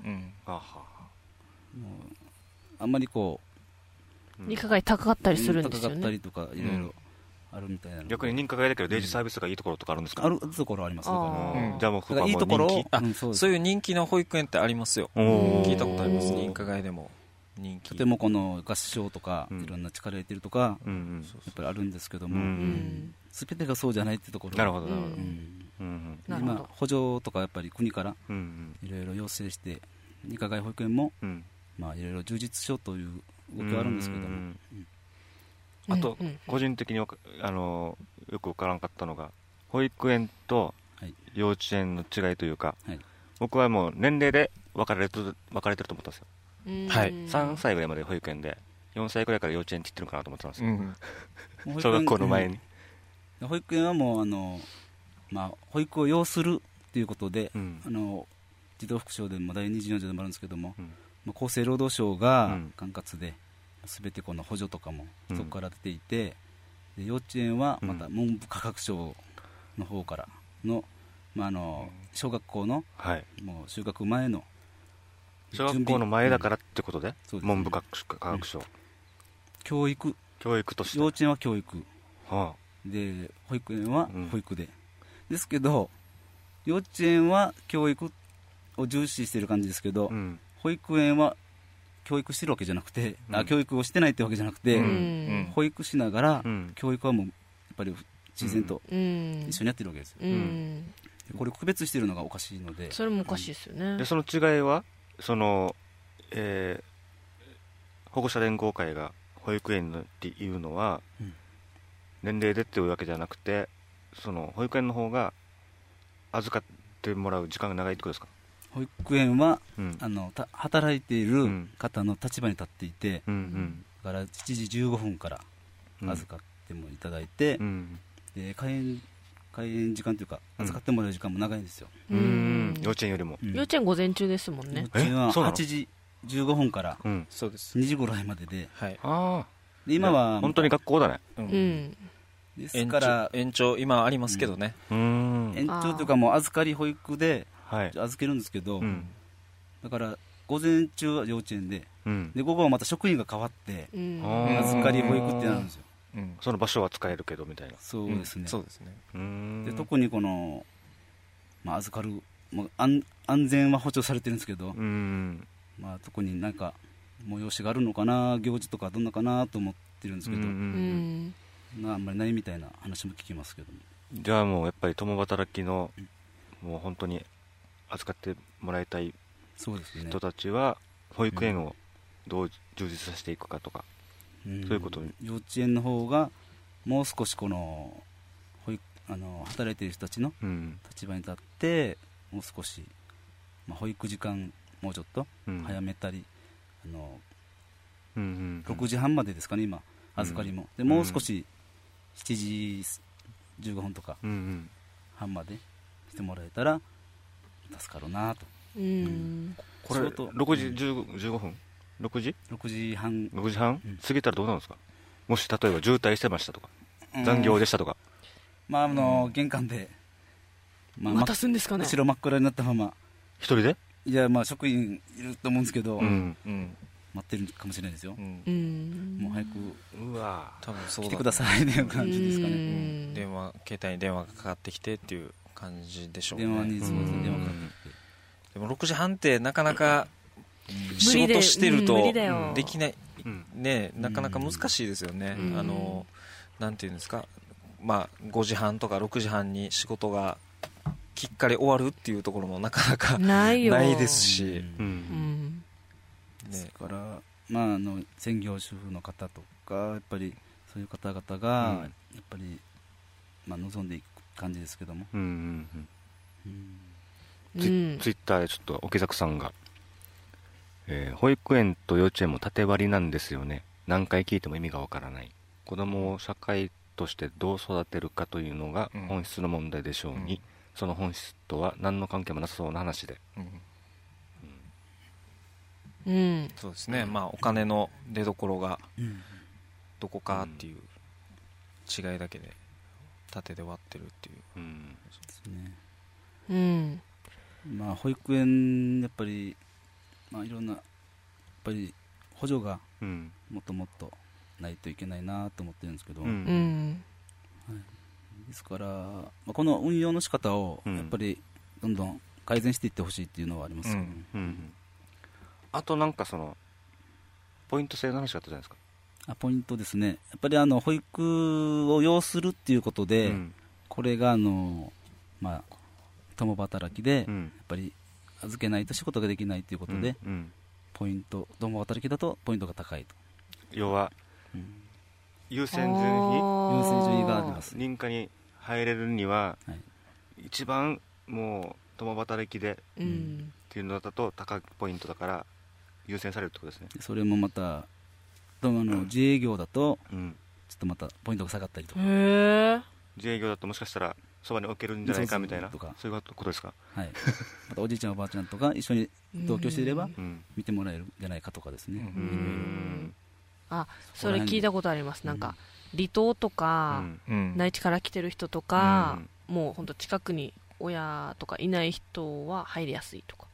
あんまり認可外高かったりするんですよね。 高かったりとかいろいろあるみたいなので。 逆に認可外だけどデイジーサービスがいいところとかあるんですか？ あるところありますね。 じゃあもういいところを、 そういう人気の保育園ってありますよ。聞いたことあります。認可外でも人気。 とても合唱とかいろんな力入れてるとかやっぱりあるんですけども、全てがそうじゃないってところ。 なるほどなるほど。 今補助とかやっぱり国からいろいろ要請して、認可外保育園もいろいろ充実しようという動きはあるんですけども、 あと個人的によく分からんかったのが、保育園と幼稚園の違いというか、僕はもう年齢で分かれてると思ったんですよ。3歳ぐらいまで保育園で、4歳ぐらいから幼稚園って言ってるのかなと思ってたんですよ。小学校の前に。 保育園はもう保育を要するということで、児童福祉法でも第24条でもあるんですけども、厚生労働省が管轄で、全てこの補助とかもそこから出ていて、で幼稚園はまた文部科学省の方からの、小学校の、もう就学前の小学校の前だからってことで、文部科学省、 教育として、 幼稚園は教育、で保育園は保育で、ですけど幼稚園は教育を重視している感じですけど、保育園は教育してるわけじゃなくて、教育をしてないってわけじゃなくて、保育しながら、教育はもうやっぱり自然と一緒にやってるわけですよ。これ区別してるのがおかしいので。 それもおかしいですよね。 でその違いは保護者連合会が保育園っていうのは、 年齢でっていうわけじゃなくて、その保育園の方が預かってもらう時間が長いってことですか？ 保育園は、 うん、 働いている方の立場に立っていて、 うんうん、 だから7時15分から預かってもいただいて、 うん、で開園時間というか預かってもらう時間も長いんですよ。 幼稚園よりも、 幼稚園午前中ですもんね。 幼稚園は8時15分から2時ぐらいまでで、 はい、 で今は本当に学校だね。 ですから延長今ありますけどね、 延長というかもう預かり保育で預けるんですけど、だから午前中は幼稚園で、で午後はまた職員が変わって、預かり保育ってなるんですよ。 その場所は使えるけどみたいな。 そうですね。 そうですね。 で特にこの、預かる、安全は保障されてるんですけど、特になんか催しがあるのかな、行事とかどんなかなと思ってるんですけど、あんまりないみたいな話も聞きますけども。 じゃあもうやっぱり共働きの、もう本当に預かってもらいたい人たちは保育園をどう充実させていくかとか、そういうこと。 幼稚園の方がもう少しこの働いている人たちの立場に立って、もう少し、保育時間もうちょっと早めたり、6時半までですかね今預かりも、でもう少し7時15分とか半までしてもらえたら助かるなと。 これ6時15分 6時半過ぎたらどうなるんですか？もし例えば渋滞してましたとか、残業でしたとか、 玄関で、 渡すんですかね。 後ろ真っ暗になったまま一人で、 いや職員いると思うんですけど、待ってるかもしれないですよ。もう早く多分そう来てくださいっていう感じですかね。 携帯に電話がかかってきてっていう感じでしょうね。 電話にそうですね、電話かかってきて。 でも6時半ってなかなか仕事してるとできない、ね、なかなか難しいですよね。なんていうんですか、5時半とか6時半に仕事がきっかり終わるっていうところもなかなかないですし、 ですから専業主婦の方とかやっぱりそういう方々がやっぱり望んでいく感じですけども、 ツイッターでちょっと桶崎さんが、保育園と幼稚園も縦割りなんですよね。何回聞いても意味がわからない。子供を社会としてどう育てるかというのが本質の問題でしょうに、その本質とは何の関係もなさそうな話で、 そうですね。お金の出所がどこかっていう違いだけで縦で割ってるっていう、 ですね。保育園やっぱりいろんなやっぱり補助がもっともっとないといけないなと思ってるんですけど、ですからこの運用の仕方をやっぱりどんどん改善していってほしいっていうのはありますよね。 あとなんかそのポイント制の話があったじゃないですか。 ポイントですね。やっぱり保育を要するっていうことで、これが共働きでやっぱり預けないと仕事ができないということで、ポイント共働きだとポイントが高いと。 要は、優先順位があります。認可に入れるには、一番もう共働きでっていうのだと高いポイントだから優先されるってことですね。 それもまた自営業だとちょっとまたポイントが下がったりとか、 自営業だともしかしたらそばに置けるんじゃないかみたいな、そういうことですか。 またおじいちゃんおばあちゃんとか一緒に同居していれば見てもらえるんじゃないかとかですね。 それ聞いたことあります。なんか離島とか内地から来てる人とか、もう本当近くに親とかいない人は入りやすいとか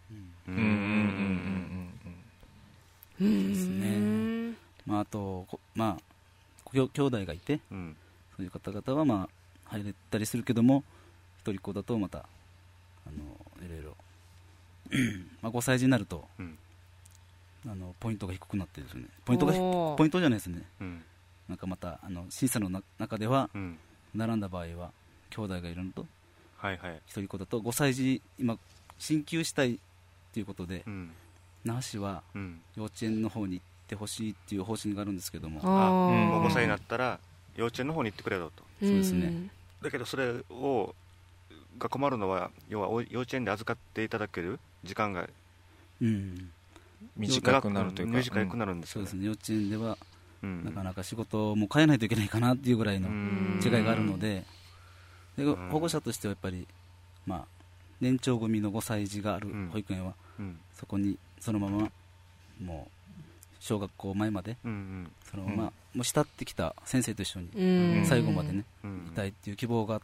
ですね。あと兄弟がいて、そういう方々は入れたりするけども、一人っ子だとまたいろいろ5歳児になると、ポイントが低くなってですね、ポイントじゃないですね、なんかまた審査の中では、並んだ場合は兄弟がいるのと、一人っ子だと5歳児今進級したいということで、那覇市は幼稚園の方に行ってほしいっていう方針があるんですけども、 もう5歳になったら幼稚園の方に行ってくれろと。 そうですね。 だけどそれが困るのは、要は幼稚園で預かっていただける時間が短くなるというか、 短くなるんですよね。 そうですね。幼稚園ではなかなか仕事も変えないといけないかなっていうぐらいの違いがあるので、保護者としてはやっぱり、年長組の5歳児がある保育園は、そこにそのままもう小学校前まで、そのままもう慕ってきた先生と一緒に最後までね、いたいっていう希望があって、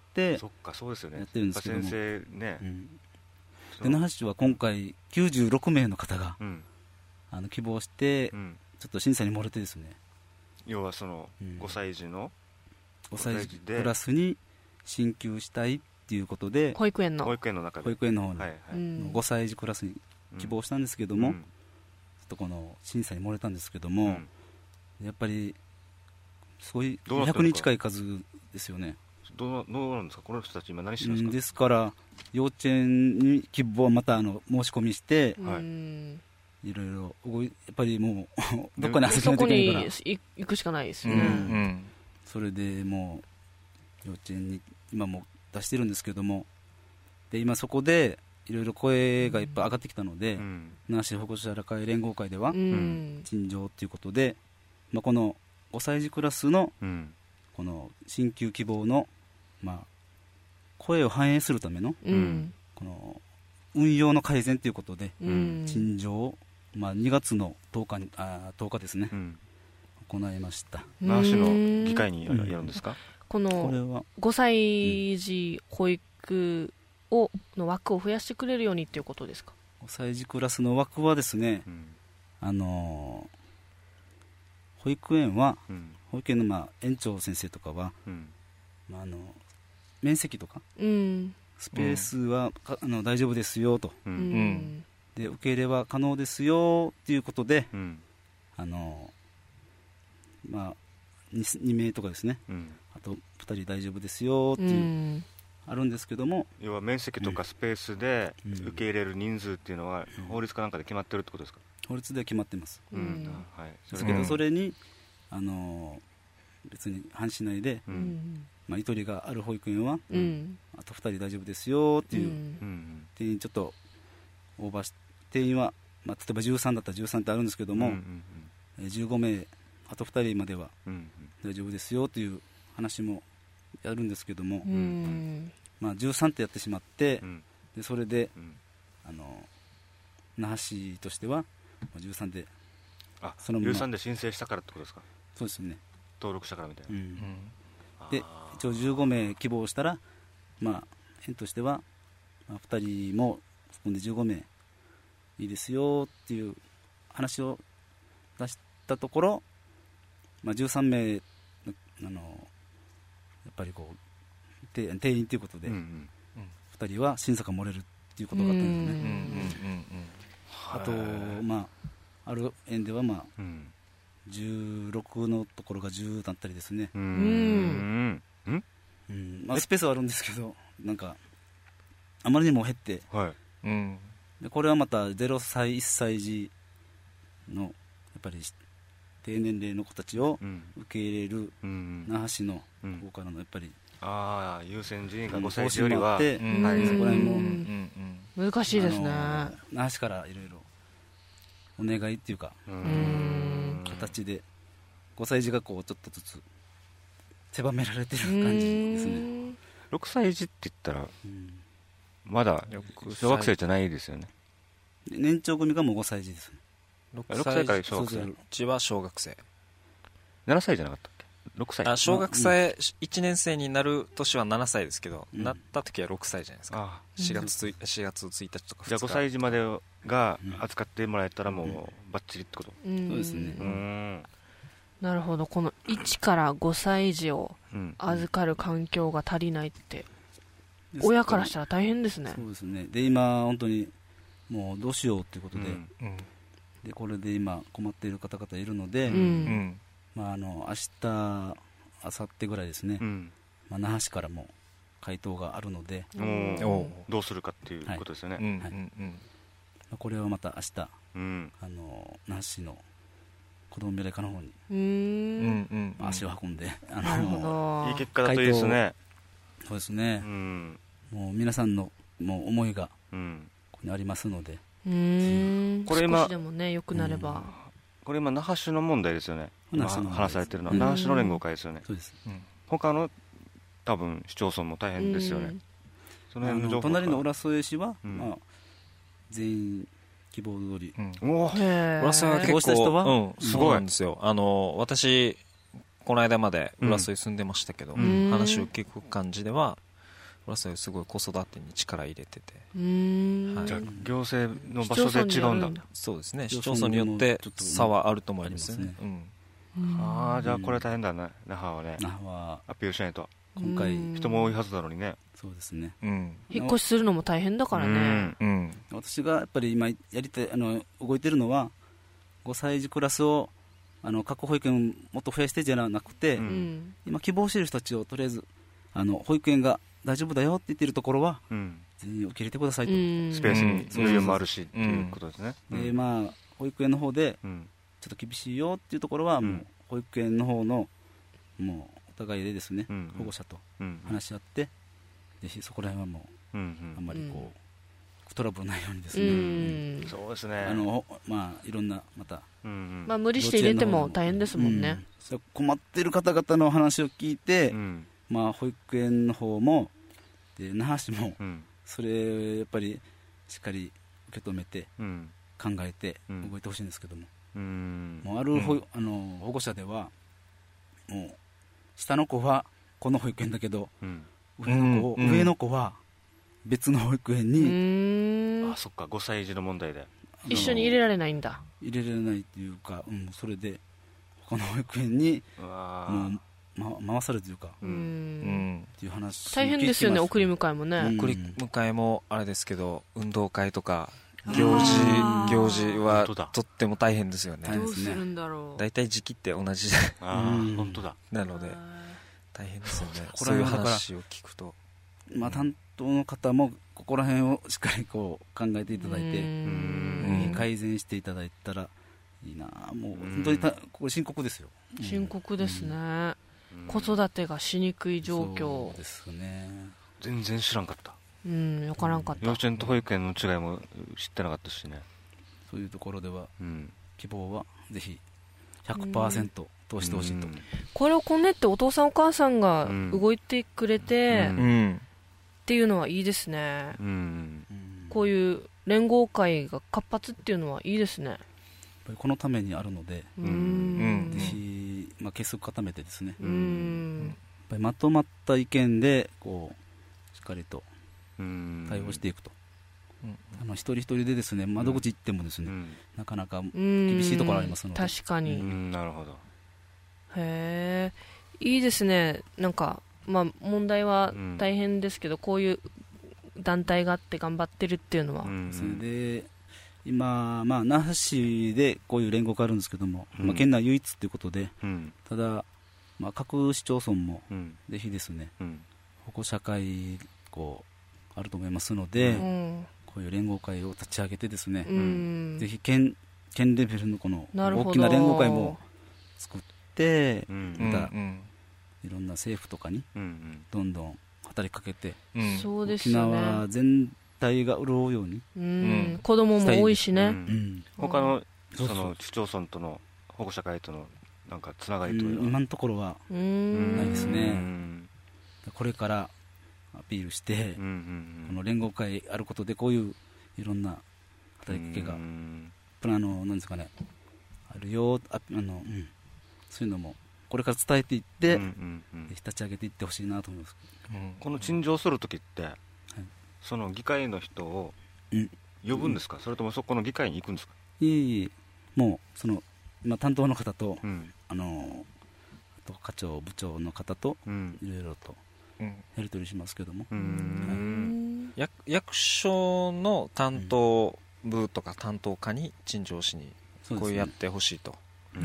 そっか、そうですよね。 やってるんですけども、 先生ね。 で那覇市は今回96名の方が、希望して、ちょっと審査に漏れてですね、 要はその5歳児の 5歳児クラスに進級したいっていうことで、 保育園の中で保育園の方に、5歳児クラスに希望したんですけども、ちょっとこの審査に漏れたんですけども、やっぱりすごい100人近い数ですよね。 どうなんですか、この人たち今何してるんですか。 ですから幼稚園に希望はまた申し込みして、いろいろやっぱりもうどっかに預けないといけないから、 そこに行くしかないですよね。 それでもう幼稚園に今も出してるんですけども、で今そこでいろいろ声がいっぱい上がってきたので、那覇市保護者ら会連合会では陳情ということで、この5歳児クラスのこの進級希望の声を反映するためのこの運用の改善ということで陳情を2月の10日ですね、行いました。 那覇市の議会にやるんですか。 この5歳児保育の枠を増やしてくれるようにっていうことですか。 5歳児クラスの枠はですね、保育園の園長先生とかは、面積とか、スペースは大丈夫ですよと、で受け入れは可能ですよということで、2名とかですね、あと2人大丈夫ですよっていうあるんですけども、 要は面積とかスペースで受け入れる人数っていうのは法律かなんかで決まってるってことですか。 法律では決まってます。 ですけどそれに別に反しないで、ゆとりがある保育園はあと2人大丈夫ですよっていう、定員ちょっとオーバーし、定員は例えば13だったら13ってあるんですけども、15名あと2人までは大丈夫ですよという話もやるんですけども、13ってやってしまって、でそれで那覇市としては13でその13で申請したからってことですか。 そうですね、 登録したからみたいな、 で一応15名希望したら、園としては、2人も含んで15名いいですよっていう話を出したところ、13名やっぱり定員ということで、2人は審査が漏れるっていうことがあったんですね。あとある園では16のところが10だったりですね、スペースはあるんですけど、なんかあまりにも減って、でこれはまた0歳1歳児のやっぱり低年齢の子たちを受け入れる那覇市の方からのやっぱり優先順位が5歳児よりは、 そこら辺も難しいですね。 那覇市からいろいろお願いっていうか形で5歳児がちょっとずつ狭められてる感じですね。 6歳児って言ったらまだ小学生じゃないですよね。 年長組がもう5歳児です。 6歳から小学生。 うちは小学生。 7歳じゃなかったっけ。6歳。 小学生1年生になる年は7歳ですけど、なった時は6歳じゃないですか。4月1日とか2日。 じゃあ5歳児までが扱ってもらえたらもうバッチリってこと。 そうですね。 なるほど。この1から5歳児を預かる環境が足りないって親からしたら大変ですね。 そうですね。で今本当にもうどうしようっていうことで、でこれで今困っている方々いるので、明日明後日ぐらいですね、那覇市からも回答があるので、 どうするかっていうことですよね。 これはまた明日那覇市の子ども未来課の方に足を運んで、 なるほど、 いい結果だといいですね。 そうですね、もう皆さんのもう思いがここにありますので、 これ今少しでもね良くなれば、 これ今那覇市の問題ですよね。話されてるのは那覇市の連合会ですよね。 そうです。 他の多分市町村も大変ですよね。その辺の情報隣の浦添市は、全員希望通り、 浦添は結構した人は、 すごいなんですよ。私この間まで浦添住んでましたけど、話を聞く感じでは浦添すごい子育てに力入れてて、 じゃあ行政の場所で違うんだ。 そうですね、市町村によって差はあると思いますね。 じゃあこれ大変だね、那覇はね。 那覇はアピールしないと。 今回人も多いはずなのにね。 そうですね、 引っ越しするのも大変だからね。 私がやっぱり今やりたい動いてるのは5歳児クラスを各保育園もっと増やしてじゃなくて、今希望している人たちをとりあえず保育園が大丈夫だよって言ってるところは、全員受け入れてくださいと、 スペースに余裕もあるしっていうことですね。 で保育園の方でちょっと厳しいよっていうところは、もう保育園の方のもうお互いでですね、保護者と話し合って、ぜひそこら辺はもう、あんまりこうトラブルないようにですね、 そうですね、 いろんなまた、 無理して入れても大変ですもんね。 困っている方々の話を聞いて、保育園の方もで那覇市も、それやっぱりしっかり受け止めて、考えて動いてほしいんですけども、もうある保護者ではもう下の子はこの保育園だけど、上の子は別の保育園に、 そっか、5歳児の問題で一緒に入れられないんだ。 入れられないっていうか、それで他の保育園に回されるというか、っていう話大変ですよね。送り迎えもね、 送り迎えもあれですけど、運動会とか行事はとっても大変ですよね。 どうするんだろう。 だいたい時期って同じ本当だ。 なので大変ですよね。そういう話を聞くと、 担当の方もここら辺をしっかりこう考えていただいて、改善していただいたらいいな。もう本当にこれ深刻ですよ。 深刻ですね。子育てがしにくい状況。 そうですね。 全然知らんかった。 分からんかった。 幼稚園と保育園の違いも知ってなかったしね。 そういうところでは、希望はぜひ 100% 通してほしいと。 これをこんねってお父さんお母さんが動いてくれて、っていうのはいいですね。こういう連合会が活発っていうのはいいですね。やっぱりこのためにあるので、ぜひ、結束固めてですね、やっぱりまとまった意見でこうしっかりと対応していくと。一人一人でですね、窓口行ってもですね、なかなか厳しいところありますので。 確かに。 なるほど。 へえ、いいですね。なんか問題は大変ですけど、こういう団体があって頑張ってるっていうのは、 それで今、那覇市でこういう連合があるんですけども、県内唯一ということで、ただ、各市町村もぜひですね、保護者会あると思いますので、こういう連合会を立ち上げてですね、ぜひ県レベルのこの大きな連合会も作って、またいろんな政府とかにどんどん働きかけて、沖縄全体が潤うように、 子供も多いしね、 他のその市町村との保護者会とのなんかつながりというのは今のところはないですね。これからアピールして、この連合会あることでこういういろんな働きかけがなんですかね、あるよ、そういうのもこれから伝えていって、立ち上げていってほしいなと思います。 この陳情するときって、その議会の人を呼ぶんですか、それともそこの議会に行くんですか？ いい、もうその今担当の方と、あと課長部長の方といろいろとやり取りしますけども、 役所の担当部とか担当課に陳情しにこうやってほしいと。 やっ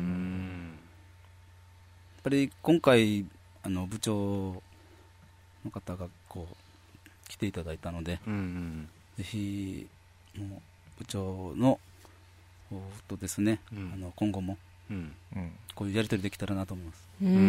ぱり今回部長の方がこう来ていただいたので、ぜひもう部長のとですね、今後もこういうやり取りできたらなと思います。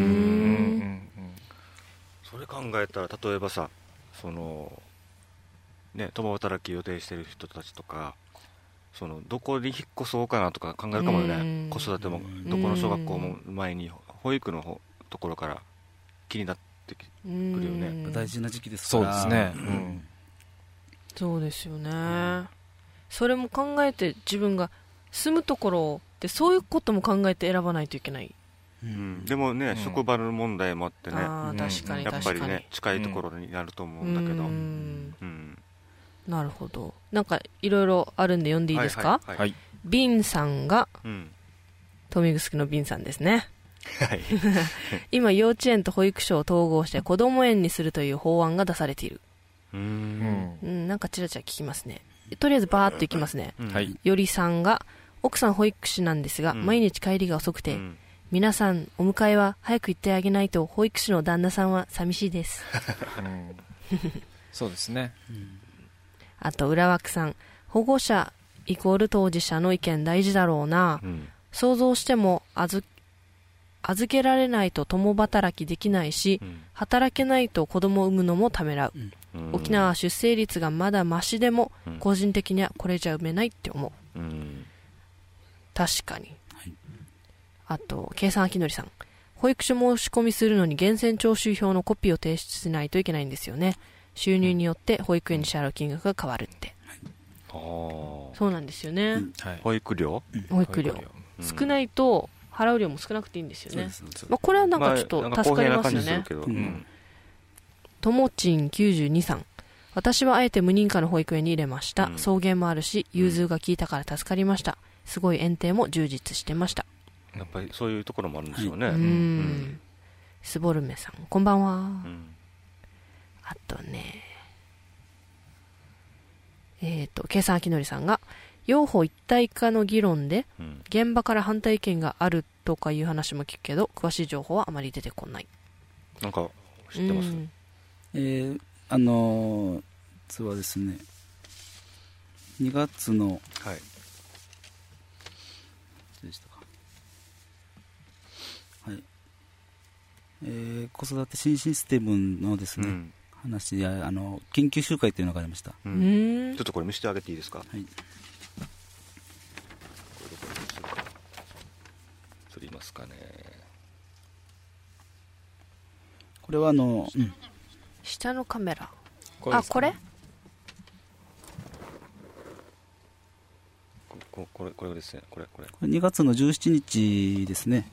それ考えたら例えばさ、そのね、共働き予定してる人たちとか、そのどこに引っ越そうかなとか考えるかもね。子育てもどこの小学校も前に保育のところから気になってくるよね。 大事な時期ですから。 そうですね、 そうですよね、それも考えて自分が住むところってそういうことも考えて選ばないといけない。 でもね、職場の問題もあってね、 確かにやっぱりね近いところになると思うんだけど、 なるほど。なんかいろいろあるんで読んでいいですか。ビンさんが、富城のビンさんですね。今幼稚園と保育所を統合して子ども園にするという法案が出されている。なんかチラチラ聞きますね。とりあえずバーっといきますね。よりさんが、奥さん保育士なんですが、毎日帰りが遅くて、皆さんお迎えは早く行ってあげないと保育士の旦那さんは寂しいです。 そうですね。 あと浦枠さん、保護者イコール当事者の意見大事だろうな、想像しても預けられないと共働きできないし、働けないと子供を産むのもためらう、沖縄は出生率がまだマシでも、個人的にはこれじゃ産めないって思う、確かに、あと計算あきのりさん、保育所申し込みするのに源泉徴収票のコピーを提出しないといけないんですよね。収入によって保育園に支払う金額が変わるって、そうなんですよね、 保育料少ないと払う量も少なくていいんですよね。これはなんかちょっと助かりますよね。ともちん92さん、私はあえて無認可の保育園に入れました。送迎もあるし融通が効いたから助かりました。すごい園庭も充実してました。 やっぱりそういうところもあるんでしょうね。 スボルメさんこんばんは。あとね、計算あきのりさんが、養護一体化の議論で、現場から反対意見があるとかいう話も聞くけど、詳しい情報はあまり出てこない。 なんか知ってます？ 実はですね、2月の、でしたか、子育て新システムのですね、話や緊急集会というのがありました。 ちょっとこれ見せてあげていいですか。これ映りますかね。 これは下のカメラ、これですね。これ 2月の17日ですね、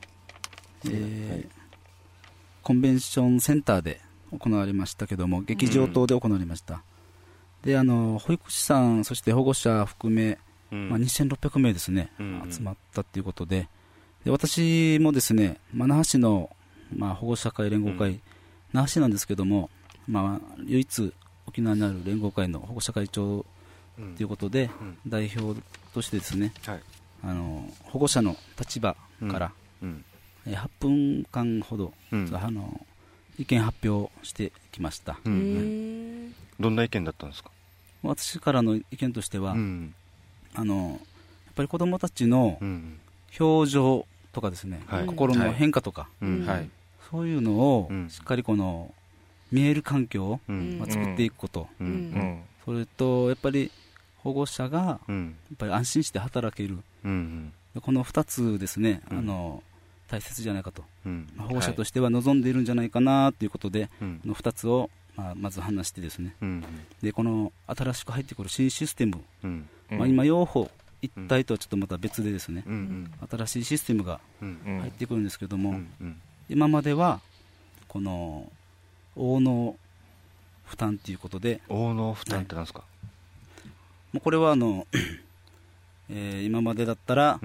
コンベンションセンターで行われましたけども、劇場等で行われました。で保育士さん、そして保護者含め、2600名ですね、集まったということで、私もですね、那覇市の、保護者会連合会、那覇市なんですけども、唯一沖縄にある連合会の保護者会長ということで、代表としてですね、保護者の立場から、8分間ほど、意見発表してきました。 どんな意見だったんですか。 私からの意見としては、やっぱり子どもたちの表情とかですね、心の変化とか、そういうのをしっかり見える環境を作っていくこと、それとやっぱり保護者がやっぱり安心して働ける、この2つですね、大切じゃないかと、保護者としては望んでいるんじゃないかなということで、の2つをまず話してですね、でこの新しく入ってくる新システム、今養護一体とはちょっとまた別でですね、新しいシステムが入ってくるんですけども、今まではこの応能負担ということで、 応能負担って何ですか。 もうこれは今までだったら、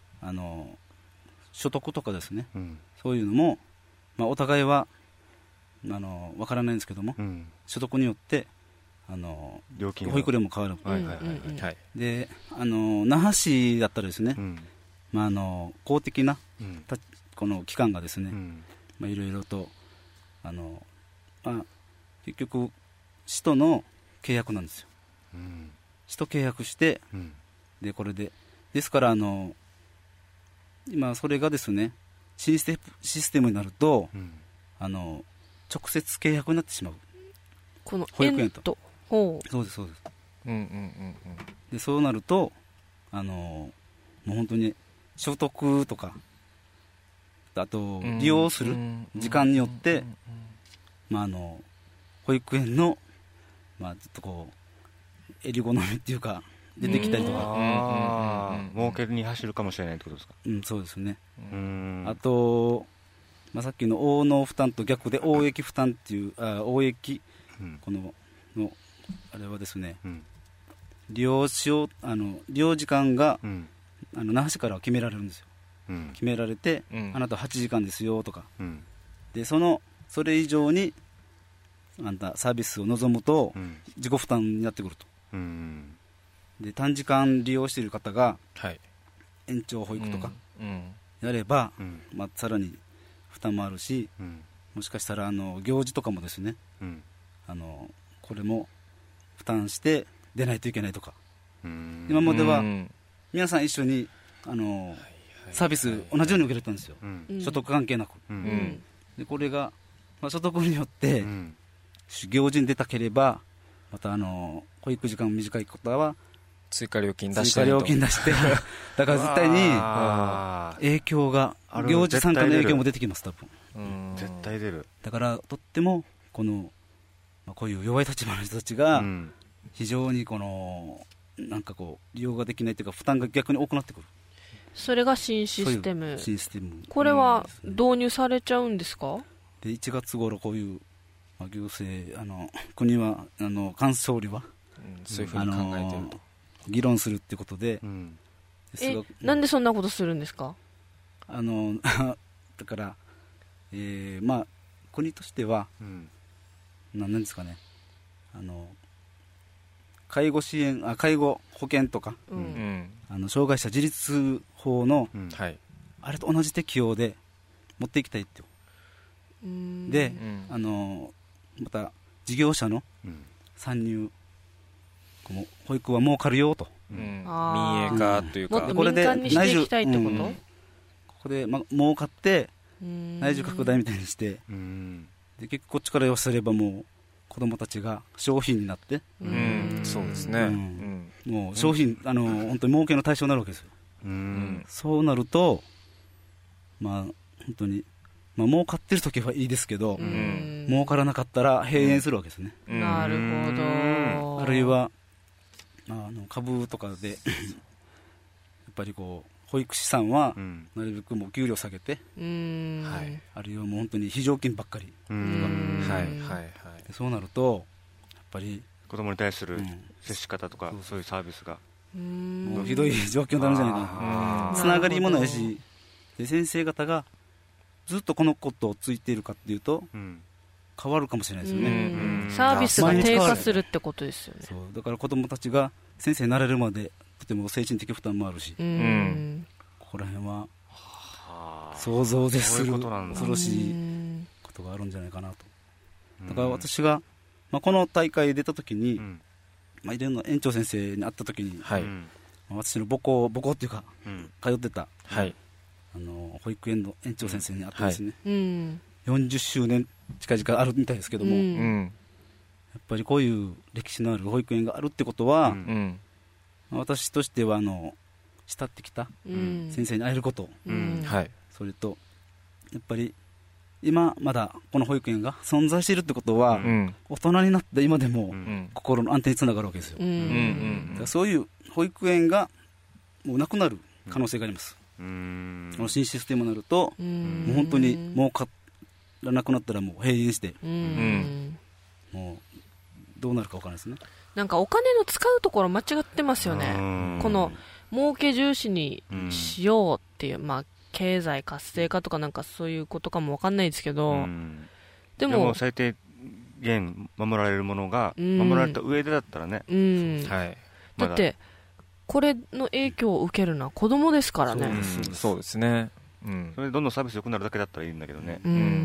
所得とかですね、そういうのも、お互いは分からないんですけども、所得によって料金保育料も変わる。で那覇市だったらですね、公的なこの機関がですね、いろいろと結局市との契約なんですよ。市と契約して、でこれでですから今それがですねシステムになると、直接契約になってしまう、 この保育園と。 そうですそうです。でそうなるともう本当に所得とかあと利用する時間によって、保育園の、ずっとこう襟好みっていうか出てきたりとか、 儲けに走るかもしれないってことですか。 そうですね。あと、さっきの応能負担と逆で応益負担っていう応益、このあれはですね、利用時間が、那覇市からは決められるんですよ。決められて、あなた8時間ですよとか、でそれ以上にあんたサービスを望むと、自己負担になってくると。で短時間利用している方が、延長保育とかやれば、さらに負担もあるし、もしかしたら行事とかもですね、これも負担して出ないといけないとか、今までは皆さん一緒にサービス同じように受けれたんですよ、所得関係なく、でこれが、所得によって、行事に出たければまた保育時間短い方は追加料金出してだから絶対に影響が行事参加の影響も出てきます多分。 絶対出る。 だからとってもこういう弱い立場の人たちが非常になんか利用ができないというか負担が逆に多くなってくる。 それが新システム。 ムこれは導入されちゃうんですか？ で1月頃こういう行政国は菅総理は、 そういうふうに考えていると議論するってことで、 なんでそんなことするんですか？ だから、国としては、なんですかね、介護保険とか、障害者自立法の、あれと同じ適用で持っていきたいってで、また事業者の参入、保育は儲かるよと、 民営化というか、 もっと民間にしていきたいってこと？ ここで、儲かって内需拡大みたいにして、で結構こっちから言わせればもう子供たちが商品になって、 そうですね、 もう商品、本当に儲けの対象になるわけですよ。そうなると本当に儲かってる時はいいですけど、儲からなかったら閉園するわけですね。 なるほど。 あるいは株とかでやっぱり保育士さんはなるべくもう給料下げて、あるいはもう本当に非常勤ばっかりとか、そうなるとやっぱり子供に対する接し方とか、そういうサービスがもうひどい状況になるんじゃないかな。つながりもないし、で先生方がずっとこのことをついているかっていうと、変わるかもしれないですよね。 サービスが低下するってことですよね。 そうだから子どもたちが先生になれるまでとても精神的負担もあるし、ここら辺は想像を絶する恐ろしいことがあるんじゃないかなと。だから私が、この大会出た時に、いろんな園長先生に会った時に、私の母校っていうか、通ってた、保育園の園長先生に会ってですね、40周年近々あるみたいですけども、やっぱりこういう歴史のある保育園があるってことは、私としては慕ってきた先生に会えること、それとやっぱり今まだこの保育園が存在しているってことは、大人になった今でも心の安定につながるわけですよ。だからそういう保育園がもうなくなる可能性があります。この新システムになると、もう本当に儲からなくなったらもう閉園して、もうどうなるか分からないですね。 なんかお金の使うところ間違ってますよね。この儲け重視にしようっていう、経済活性化とかなんかそういうことかも分かんないですけど、 でも最低限守られるものが守られた上でだったらね、 だってこれの影響を受けるのは子供ですからね。 そうですね。 それでどんどんサービス良くなるだけだったらいいんだけどね。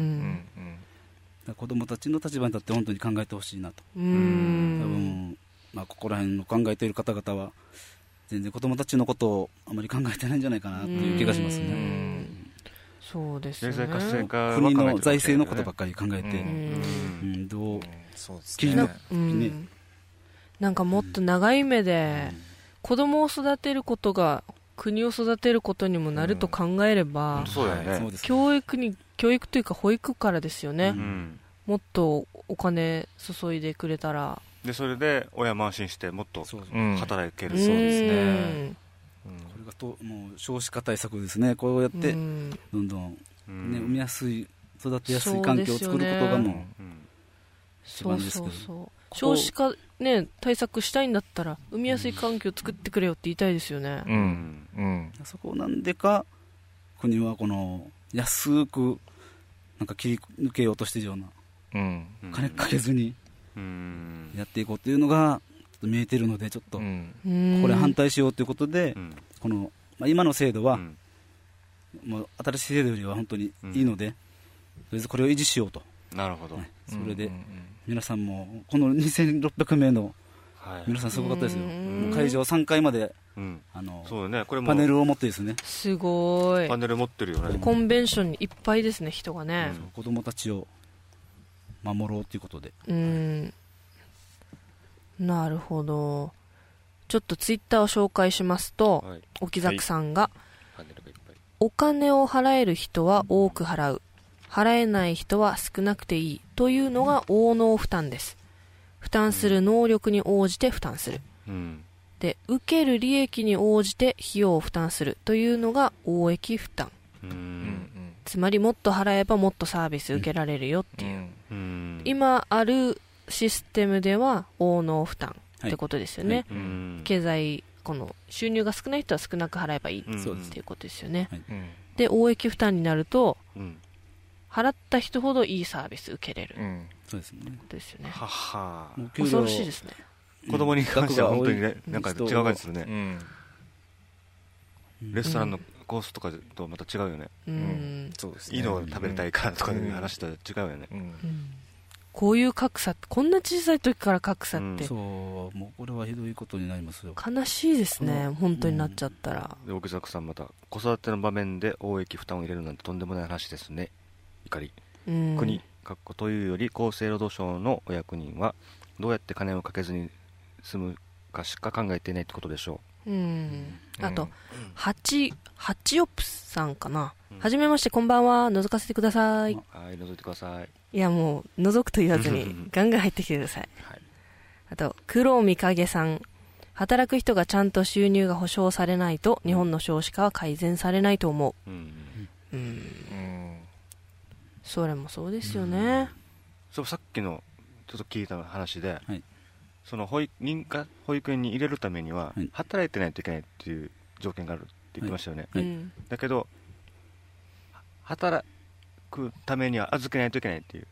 子供たちの立場に立って本当に考えてほしいなと。多分ここら辺の考えている方々は全然子供たちのことをあまり考えてないんじゃないかなという気がしますね。 そうですね。 国の財政のことばっかり考えて、どう切り抜け、 なんかもっと長い目で子供を育てることが国を育てることにもなると考えれば、教育というか保育からですよね、もっとお金注いでくれたら、 でそれで親も安心してもっと働ける。 そうですね。 これがもう少子化対策ですね。こうやってどんどん、産みやすい育てやすい環境を作ることがもう一番ですけど、 少子化ね対策したいんだったら産みやすい環境を作ってくれよって言いたいですよね。 そこなんでか国はこの安くなんか切り抜けようとしているような、金かけずにやっていこうというのが見えているので、ちょっとこれ反対しようということで、この今の制度はもう新しい制度よりは本当にいいので、とりあえずこれを維持しようと。 なるほど。 それで皆さんもこの2600名の皆さんすごかったですよ。もう会場3階までそうね、これもパネルを持ってですね。 すごい。 パネル持ってるよね。 コンベンションにいっぱいですね、人がね。 子供たちを守ろうということで。 なるほど。ちょっとツイッターを紹介しますと、沖崎さんが、お金を払える人は多く払う、払えない人は少なくていいというのが応能負担です。負担する能力に応じて負担する、で受ける利益に応じて費用を負担するというのが応益負担、つまりもっと払えばもっとサービス受けられるよっていう、今あるシステムでは応能負担ってことですよね、経済この収入が少ない人は少なく払えばいいっていうことですよね、で応益負担になると、払った人ほどいいサービス受けれる、 そうですね。 ですよね。 はは恐ろしいですね。 子供に関しては本当にね、なんか違う感じするね。レストランのコースとかとまた違うよね。 そうですね。 いいのを食べたいからとかいう話とは違うよね。 こういう格差って、こんな小さい時から格差って、 そう、もうこれはひどいことになりますよ。 悲しいですね、本当になっちゃったら。 で奥崎さんまた、子育ての場面で応益負担を入れるなんてとんでもない話ですね。怒り。国というより厚生労働省のお役人はどうやって金をかけずに済むかしか考えていないってことでしょう。 あと、ハチオプスさんかな、はじめましてこんばんは、覗かせてください。 はい、覗いてください。 いやもう覗くと言わずにガンガン入ってきてください。あと黒みかげさん、働く人がちゃんと収入が保障されないと日本の少子化は改善されないと思う。それもそうですよね。 そう、さっきのちょっと聞いた話で、その保育園に入れるためには働いてないといけないっていう条件があるって言ってましたよね。だけど働くためには預けないといけないっていう、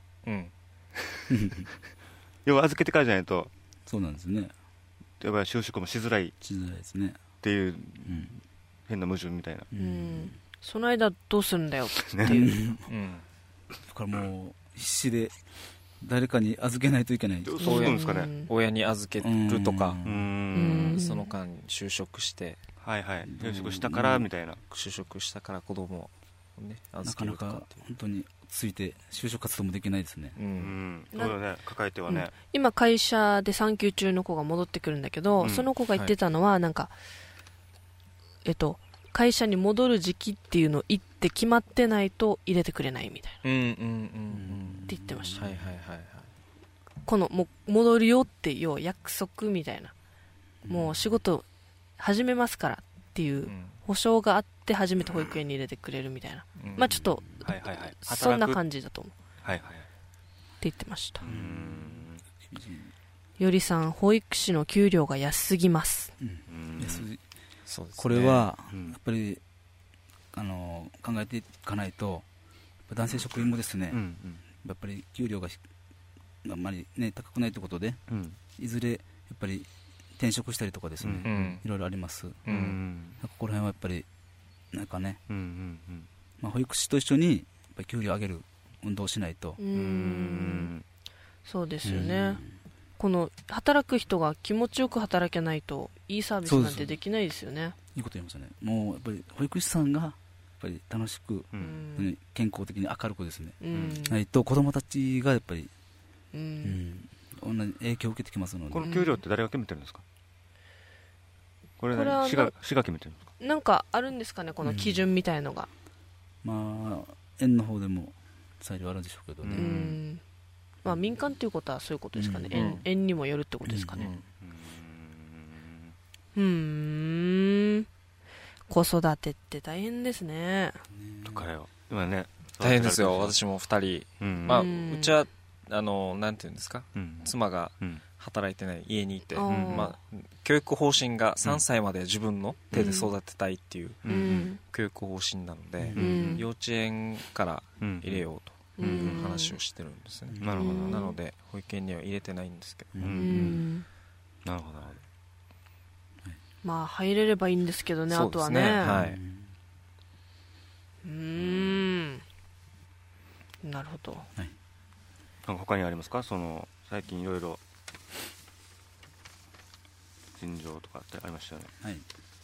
要は預けてからじゃないと、 そうなんですね。 やっぱり就職もしづらいですねっていう変な矛盾みたいな。 その間どうするんだよっていうだからもう必死で誰かに預けないといけない。 そうするんですかね。 親に預けるとか、その間就職して、 就職したからみたいな、 就職したから子供をね預けるとか、なかなか本当について就職活動もできないですね。 そうだね、抱えてはね。 今会社で産休中の子が戻ってくるんだけど、その子が言ってたのはなんか会社に戻る時期っていうのを言って決まってないと入れてくれないみたいなって言ってました。このもう戻るよって要は約束みたいな、もう仕事始めますからっていう保証があって初めて保育園に入れてくれるみたいな、まあちょっとそんな感じだと思うって言ってました。よりさん、保育士の給料が安すぎます。 これはやっぱり考えていかないと、男性職員もですね、やっぱり給料があんまり、ね、高くないということで、いずれやっぱり転職したりとかですね、いろいろあります。ここら辺はやっぱりなんかね、保育士と一緒にやっぱり給料を上げる運動をしないと。 そうですよね。 この働く人が気持ちよく働けないといいサービスなんてできないですよね。 いいこと言いましたね。もうやっぱり保育士さんがやっぱり楽しく、健康的に明るくですね、ないと子供たちがやっぱり、同じ影響を受けてきますので。 この給料って誰が決めてるんですか？これは市が決めてるんですか？ なんかあるんですかね、この基準みたいのが。 まあ園の方でも裁量あるんでしょうけどね。 まあ民間っていうことはそういうことですかね。園にもよるってことですかね。子育てって大変ですね。 とかよ。今ね、 大変ですよ。私も2人。まあうちはなんていうんですか、妻が働いてない家にいて、まあ教育方針が3歳まで自分の手で育てたいっていう教育方針なので、幼稚園から入れようという話をしてるんですね。なので保育園には入れてないんですけど。なるほど。 まあ入れればいいんですけどね、あとはね。はい。なるほど。 なんか他にありますか？最近いろいろ陳情とかってありましたよね。はい。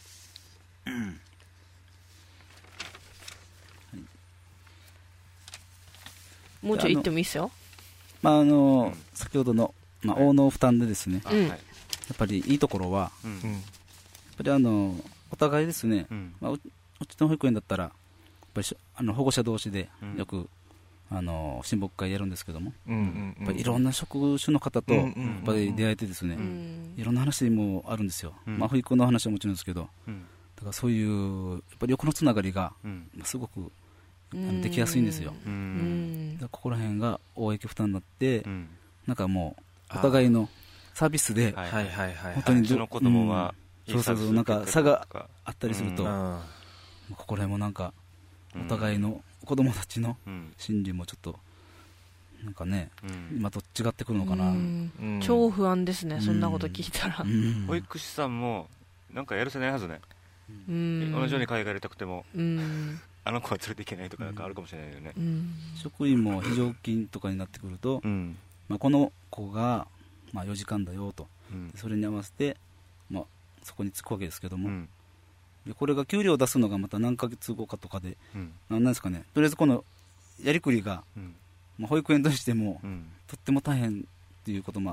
もうちょい言ってもいいですよ。 まあ先ほどの応能負担でですね。やっぱりいいところは。やっぱりお互いですね、うちの保育園だったらやっぱり保護者同士でよく親睦会やるんですけども、やっぱりいろんな職種の方とやっぱり出会えてですね、いろんな話もあるんですよ。保育の話はもちろんですけど、だからそういうやっぱり横のつながりがすごくできやすいんですよ。ここら辺が大益負担になって、なんかもうお互いのサービスで本当にうちの子供はそうなんか差があったりすると、ここら辺もなんかお互いの子供たちの心理もちょっとなんかね、今と違ってくるのかな。 超不安ですね、そんなこと聞いたら。 保育士さんもなんかやるせないはずね。同じように海外やりたくてもあの子は連れていけないとかなんかあるかもしれないよね。 職員も非常勤とかになってくると、この子が4時間だよと、それに合わせてそこに着くわけですけども、でこれが給料を出すのがまた何ヶ月後かとかで、なんですかね、とりあえずこのやりくりが、保育園としても、とっても大変っていうこともあって、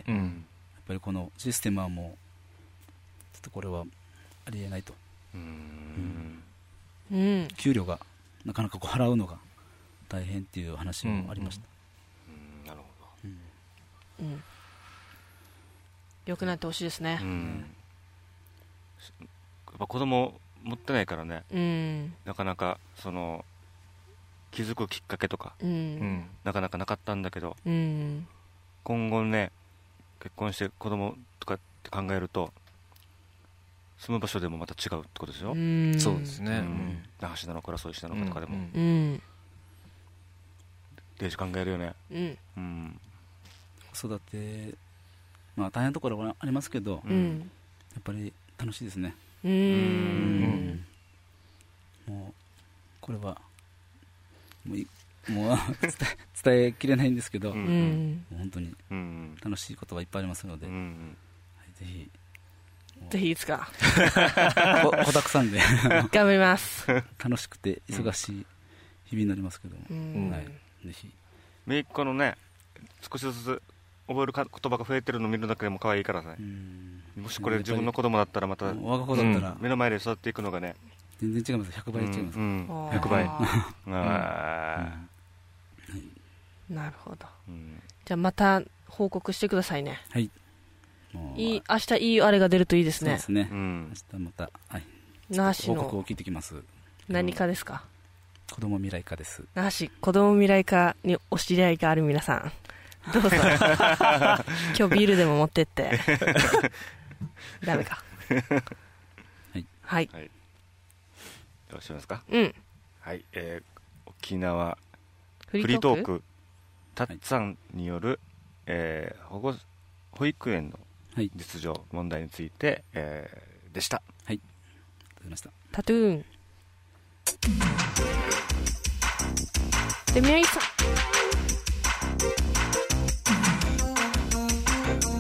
やっぱりこのシステムはもうちょっとこれはありえないと。給料がなかなか払うのが大変っていう話もありました。 なるほど。 良くなってほしいですね。 やっぱ子供持ってないからね、なかなか気づくきっかけとか、なかなかなかったんだけど、今後ね結婚して子供とかって考えると住む場所でもまた違うってことですよ。 そうですね。 那覇市なのか添井市なのかとかでもデージ考えるよね。 子育て大変なところはありますけど、やっぱり楽しいですね。もうこれはもう伝えきれないんですけど、本当に楽しいことはいっぱいありますので、 ぜひいつか子だくさんで頑張ります。 楽しくて忙しい日々になりますけども、ぜひ姪っ子のね少しずつ覚える言葉が増えてるのを見るだけでも可愛いからね。もしこれ自分の子供だったらまた我が子だったら目の前で育っていくのがね全然違います。100倍違います。 100倍。 なるほど。じゃあまた報告してくださいね。 はい。 明日いいあれが出るといいですね。 そうですね。明日また那覇市の報告を聞いてきます。 何課ですか？ 子ども未来課です。 那覇市子ども未来課にお知り合いがある皆さんどうぞ今日ビールでも持ってってダメか。はい。 よろしいですか？はい。沖縄フリートークたっさんによる保育園の実情問題についてでした。 はい。ありがとうございました。 タトゥーンで宮城さん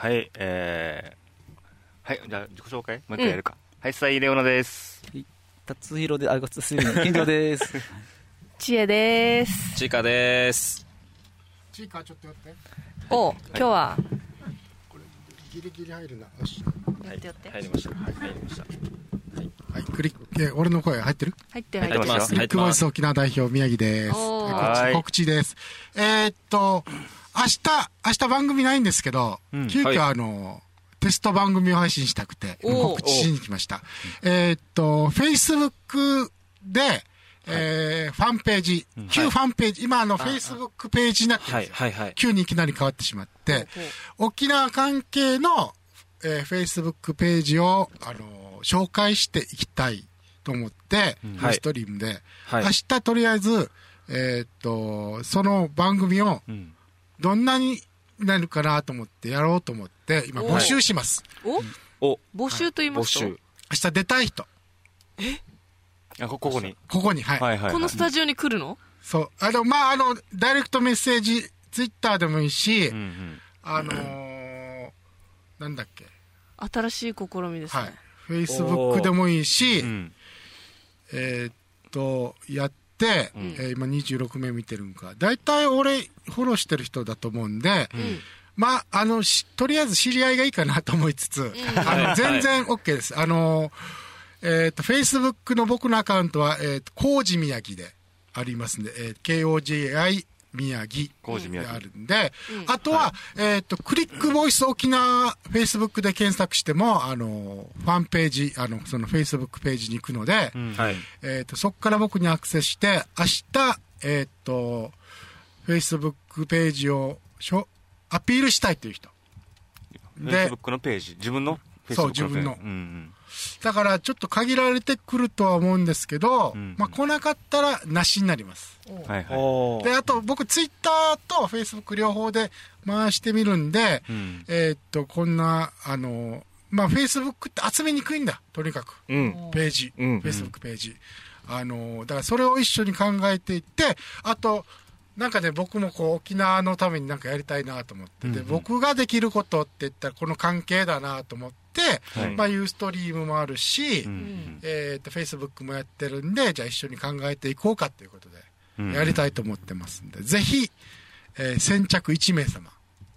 はい、はい、じゃあ自己紹介もう一回やるか。はい、サイレオナです。 達弘で、すみません、健常です。 ちえです。 ちいかです。 ちいかちょっとやって。 お、今日はこれギリギリ入るな。よし。 やってやって。 入りました。入りました。 はい、クリック、俺の声入ってる？ 入ってます。 クリックボイス沖縄代表宮城です。告知です。明日番組ないんですけど、急遽テスト番組を配信したくて告知しに来ました。Facebook で、ファンページ、旧ファンページ、今Facebook ページになってるんですよ。急にいきなり変わってしまって、沖縄関係の、Facebook ページを紹介していきたいと思って、ストリームで、明日とりあえず、その番組をどんなになるかなと思ってやろうと思って今募集します。 募集と言いますと、 明日出たい人、 ここにはい、このスタジオに来るの？ そうダイレクトメッセージツイッターでもいいし、なんだっけ、 新しい試みですね。はい、 フェイスブックでもいいし、やって、今26名見てるんか、だいたい俺フォローしてる人だと思うんで、とりあえず知り合いがいいかなと思いつつ、全然 OK です。フェイスブックの僕のアカウントは、コウジ宮城でありますんで、KOJI宮城であるんで、あとは、クリックボイス沖縄フェイスブックで検索しても、ファンページ、そのフェイスブックページに行くので、そこから僕にアクセスして、明日、フェイスブックページをアピールしたいという人。 フェイスブックのページ、自分のフェイスブックのページ。 そう、自分の。だからちょっと限られてくるとは思うんですけど、来なかったらなしになります。で、あと僕ツイッターとフェイスブック両方で回してみるんで、こんなフェイスブックって集めにくいんだ、とにかく、ページ、フェイスブックページ、だからそれを一緒に考えていって、あとなんかね、僕も沖縄のためになんかやりたいなと思って、で僕ができることって言ったらこの関係だなと思って、ユーストリームもあるし、フェイスブックもやってるんで、じゃあ一緒に考えていこうかということでやりたいと思ってますんで、ぜひ、先着1名様、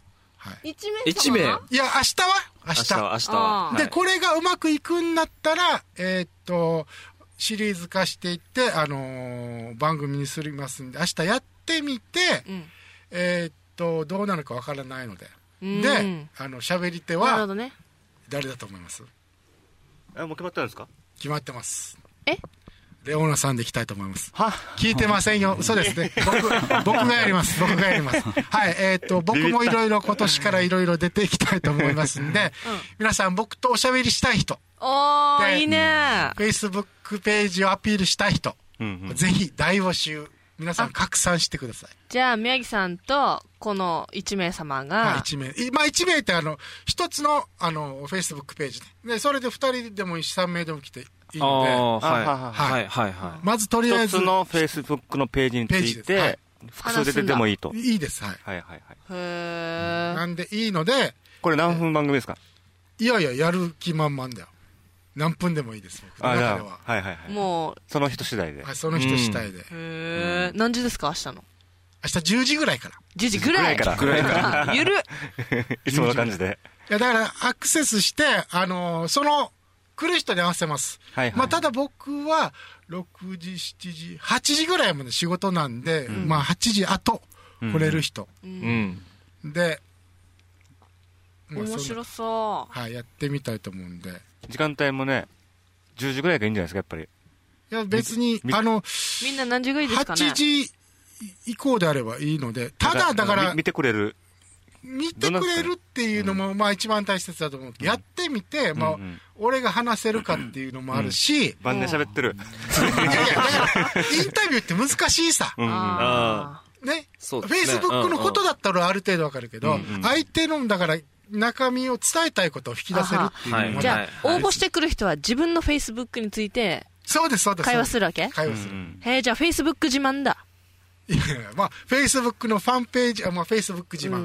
1名？ いや、明日はで、これがうまくいくんだったら、シリーズ化していって、番組にすりますんで、明日やってみて、どうなるかわからないので、で、喋り手は誰だと思います？ もう決まってるんですか？ 決まってます。レオナさんでいきたいと思います。聞いてませんよ。嘘ですね。僕がやります。はい、僕もいろいろ今年からいろいろ出ていきたいと思いますんで、皆さん僕とおしゃべりしたい人、 いいね。 Facebookページをアピールしたい人、ぜひ大募集、皆さん拡散してください。 じゃあ宮城さんとこの1名様が、 1名って一つのFacebookページで、それで2人でもいいし3名でも来ていいので、まずとりあえず一つの Facebook のページについて複数出てでもいいと。 いいです。なんでいいので、 これ何分番組ですか？ いややる気満々だよ。何分でもいいです。 もうその人次第で。 その人次第で。 何時ですか？明日 10時ぐらいから。 10時ぐらいからゆるいつもの感じで。 いや、だからアクセスしてその来る人に合わせます。ただ僕は6時7時8時ぐらいまで仕事なんで、8時後来れる人で、 面白そう。 やってみたいと思うんで、 時間帯もね10時ぐらいがいいんじゃないですか、やっぱり。 いや、別にみんな何時がいいですかね。 8時以降であればいいので、ただだから見てくれるっていうのも一番大切だと思う。やってみて、俺が話せるかっていうのもあるし、 晩年喋ってる。 いやインタビューって難しいさ。ね、フェイスブックのことだったらある程度わかるけど、相手のだから中身を伝えたいことを引き出せるっていうのも、 じゃあ応募してくる人は自分のフェイスブックについて会話するわけ？ 会話する。 じゃあフェイスブック自慢だ。 いやフェイスブックのファンページ、フェイスブック自慢。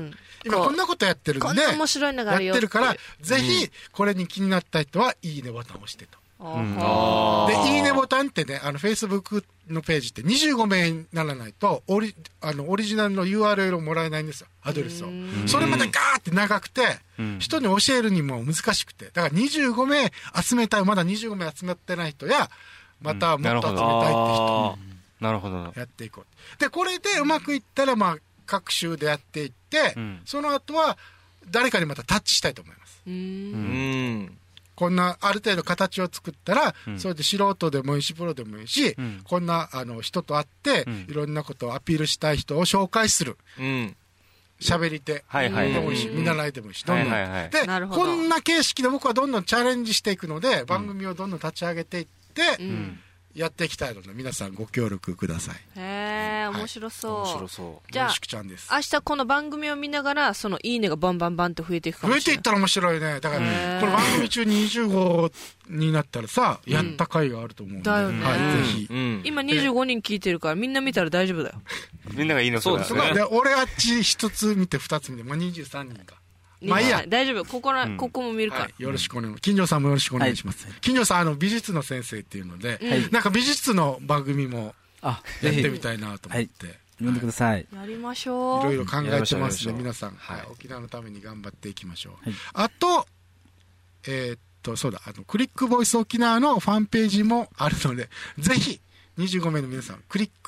今こんなことやってるんで、 こんな面白いのがあるよやってるから、ぜひこれに気になった人はいいねボタンを押してと。で、いいねボタンってね、Facebook のページって25名にならないとオリジナルの URL をもらえないんですよ、アドレスを。それまでガーって長くて、人に教えるにも難しくて、だから25名集めたい、まだ25名集まってない人や、またもっと集めたいって人、 なるほど、 やっていこう。で、これでうまくいったら、まあ、各週でやっていって、その後は誰かにまたタッチしたいと思います。こんなある程度形を作ったら、それで素人でもいいしプロでもいいし、こんな人と会って、いろんなことをアピールしたい人を紹介する、喋り手でもいいし、見習いでもいいし、どんどんで、こんな形式で僕はどんどんチャレンジしていくので、番組をどんどん立ち上げていって、やっていきたいので、皆さんご協力ください。 へえ、面白そう。じゃあ、 明日この番組を見ながら、そのいいねがバンバンバンと増えていくかもしれない。 増えていったら面白いね。だから、この番組中に25になったらさ、やった回があると思うんで。 だよね。 はい、ぜひ。 今25人聞いてるから、みんな見たら大丈夫だよ。 みんながいいのそうですね。 で、俺あっち1つ見て2つ見て、まあ23人か。まあいいや。 大丈夫。ここも見るから。 よろしくお願いします。金城さんもよろしくお願いします。金城さん、美術の先生っていうので、なんか美術の番組もやってみたいなと思って。 呼んでください。 やりましょう。 いろいろ考えてますね、皆さん。沖縄のために頑張っていきましょう。あと、そうだ、クリックボイス沖縄のファンページもあるので、ぜひ、25名の皆さん、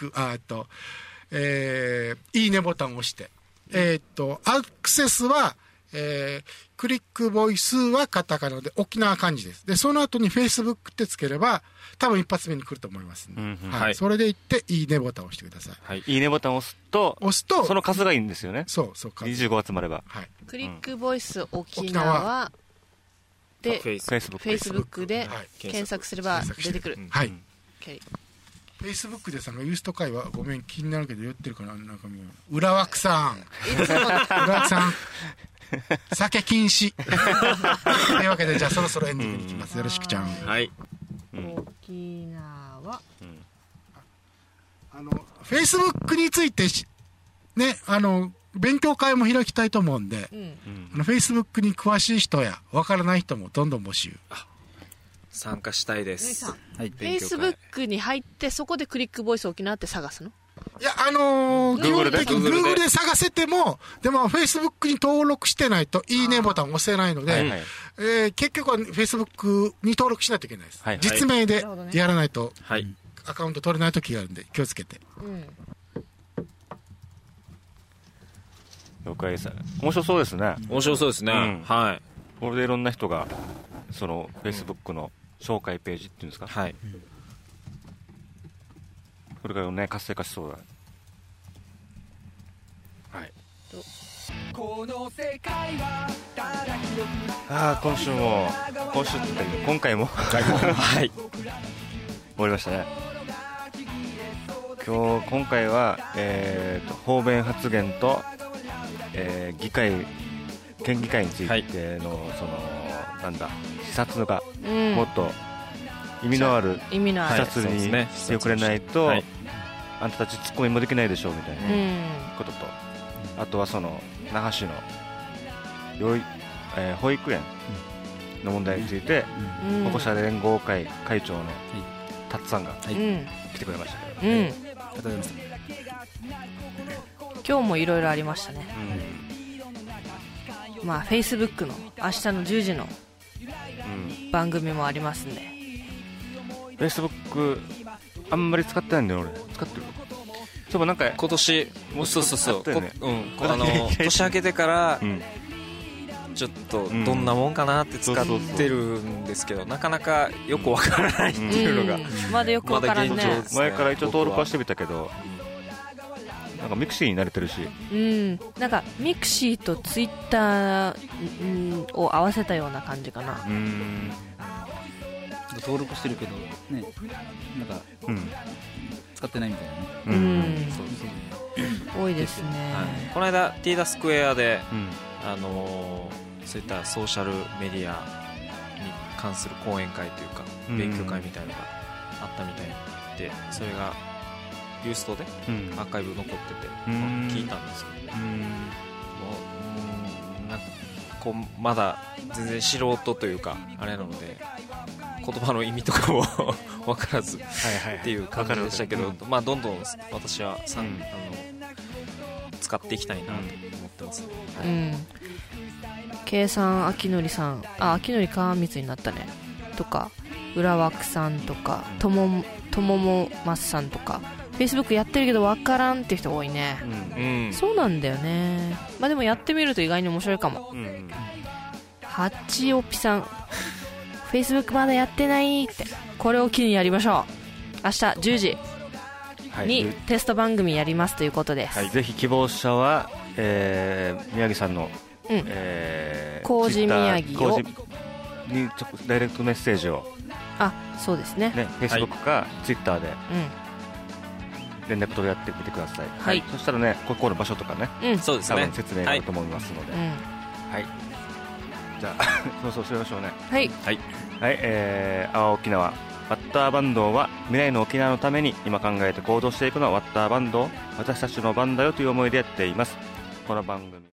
いいねボタンを押して、アクセスは、クリックボイスはカタカナで沖縄漢字です。で、その後に Facebook ってつければ、多分一発目に来ると思います、それで行って、いいねボタンを押してください。 いいねボタンを押すと、その数がいいんですよね。 そう、 25集まれば。 クリックボイス沖縄で、Facebook で検索すれば出てくる。 はい。Facebook でさ、ユースト会はごめん、気になるけど、酔ってるから、なんか浦枠さん。浦枠さん。酒禁止。というわけで、じゃあそろそろエンディングに行きます。よろしくちゃん。 はい。 沖縄。 Facebook についてね、勉強会も開きたいと思うんで、Facebook に詳しい人やわからない人もどんどん募集。 参加したいです。 Facebook に入って、そこでクリックボイス沖縄って探すの？ いや、Google で探せても、でも Facebook に登録してないといいねボタンを押せないので、結局は Facebook に登録しないといけないです。実名でやらないと、アカウント取れない時があるんで、気をつけて。 了解です。面白そうですね。 面白そうですね。はい。 これでいろんな人が、その Facebook の紹介ページっていうんですか。 はい。 これからね、活性化しそうだ。はい。今週って今回もはい。終わりましたね。今回は方便発言と、県議会についての、なんだ、視察がもっと意味のある視察にしてくれないと、あんたたちツッコミもできないでしょうみたいなことと、あとは那覇市の保育園の問題について、保護者連合会会長のタッツさんが来てくれましたけど、 今日もいろいろありましたね。まあ Facebook の明日の10時の番組もありますんで、 Facebook あんまり使ってないんだよ俺。使ってる？そう、なんか今年そう年明けてからちょっとどんなもんかなって使ってるんですけど、なかなかよくわからないっていうのがまだよくわからんね。 前から一応登録はしてみたけど、なんかミクシーに慣れてるし、 なんかミクシーとツイッターを合わせたような感じかな。 登録してるけどね、なんか、使ってないみたいなね。 多いですね。 この間ティーダスクエアで、そういったソーシャルメディアに関する講演会というか、勉強会みたいなのがあったみたいで、それがユーストでアーカイブ残ってて、聞いたんですけど、 こうまだ全然素人というかあれなので言葉の意味とかも分からずっていう感じでしたけど、まあ、どんどん私は使っていきたいなと思ってますね、はい、 計算秋典さん、秋典川光になったねとか、浦枠さんとか、とももますさんとか、Facebook やってるけど分からんって人多いね、そうなんだよね。まあでもやってみると意外に面白いかも。ハチオピさん、Facebook まだやってないって、これを機にやりましょう。明日10時にテスト番組やりますということです、 ぜひ希望者は、宮城さんの麹宮城をにダイレクトメッセージを、 そうですね、 Facebook か Twitter で連絡取り合ってみてください。そしたらね、ここの場所とかね、 そうですね、 多分説明があると思いますので、じゃあそうしましょうね。阿波沖縄ワッターバンドは未来の沖縄のために今考えて行動していくのはワッターバンド、私たちの番だよという思いでやっています。この番組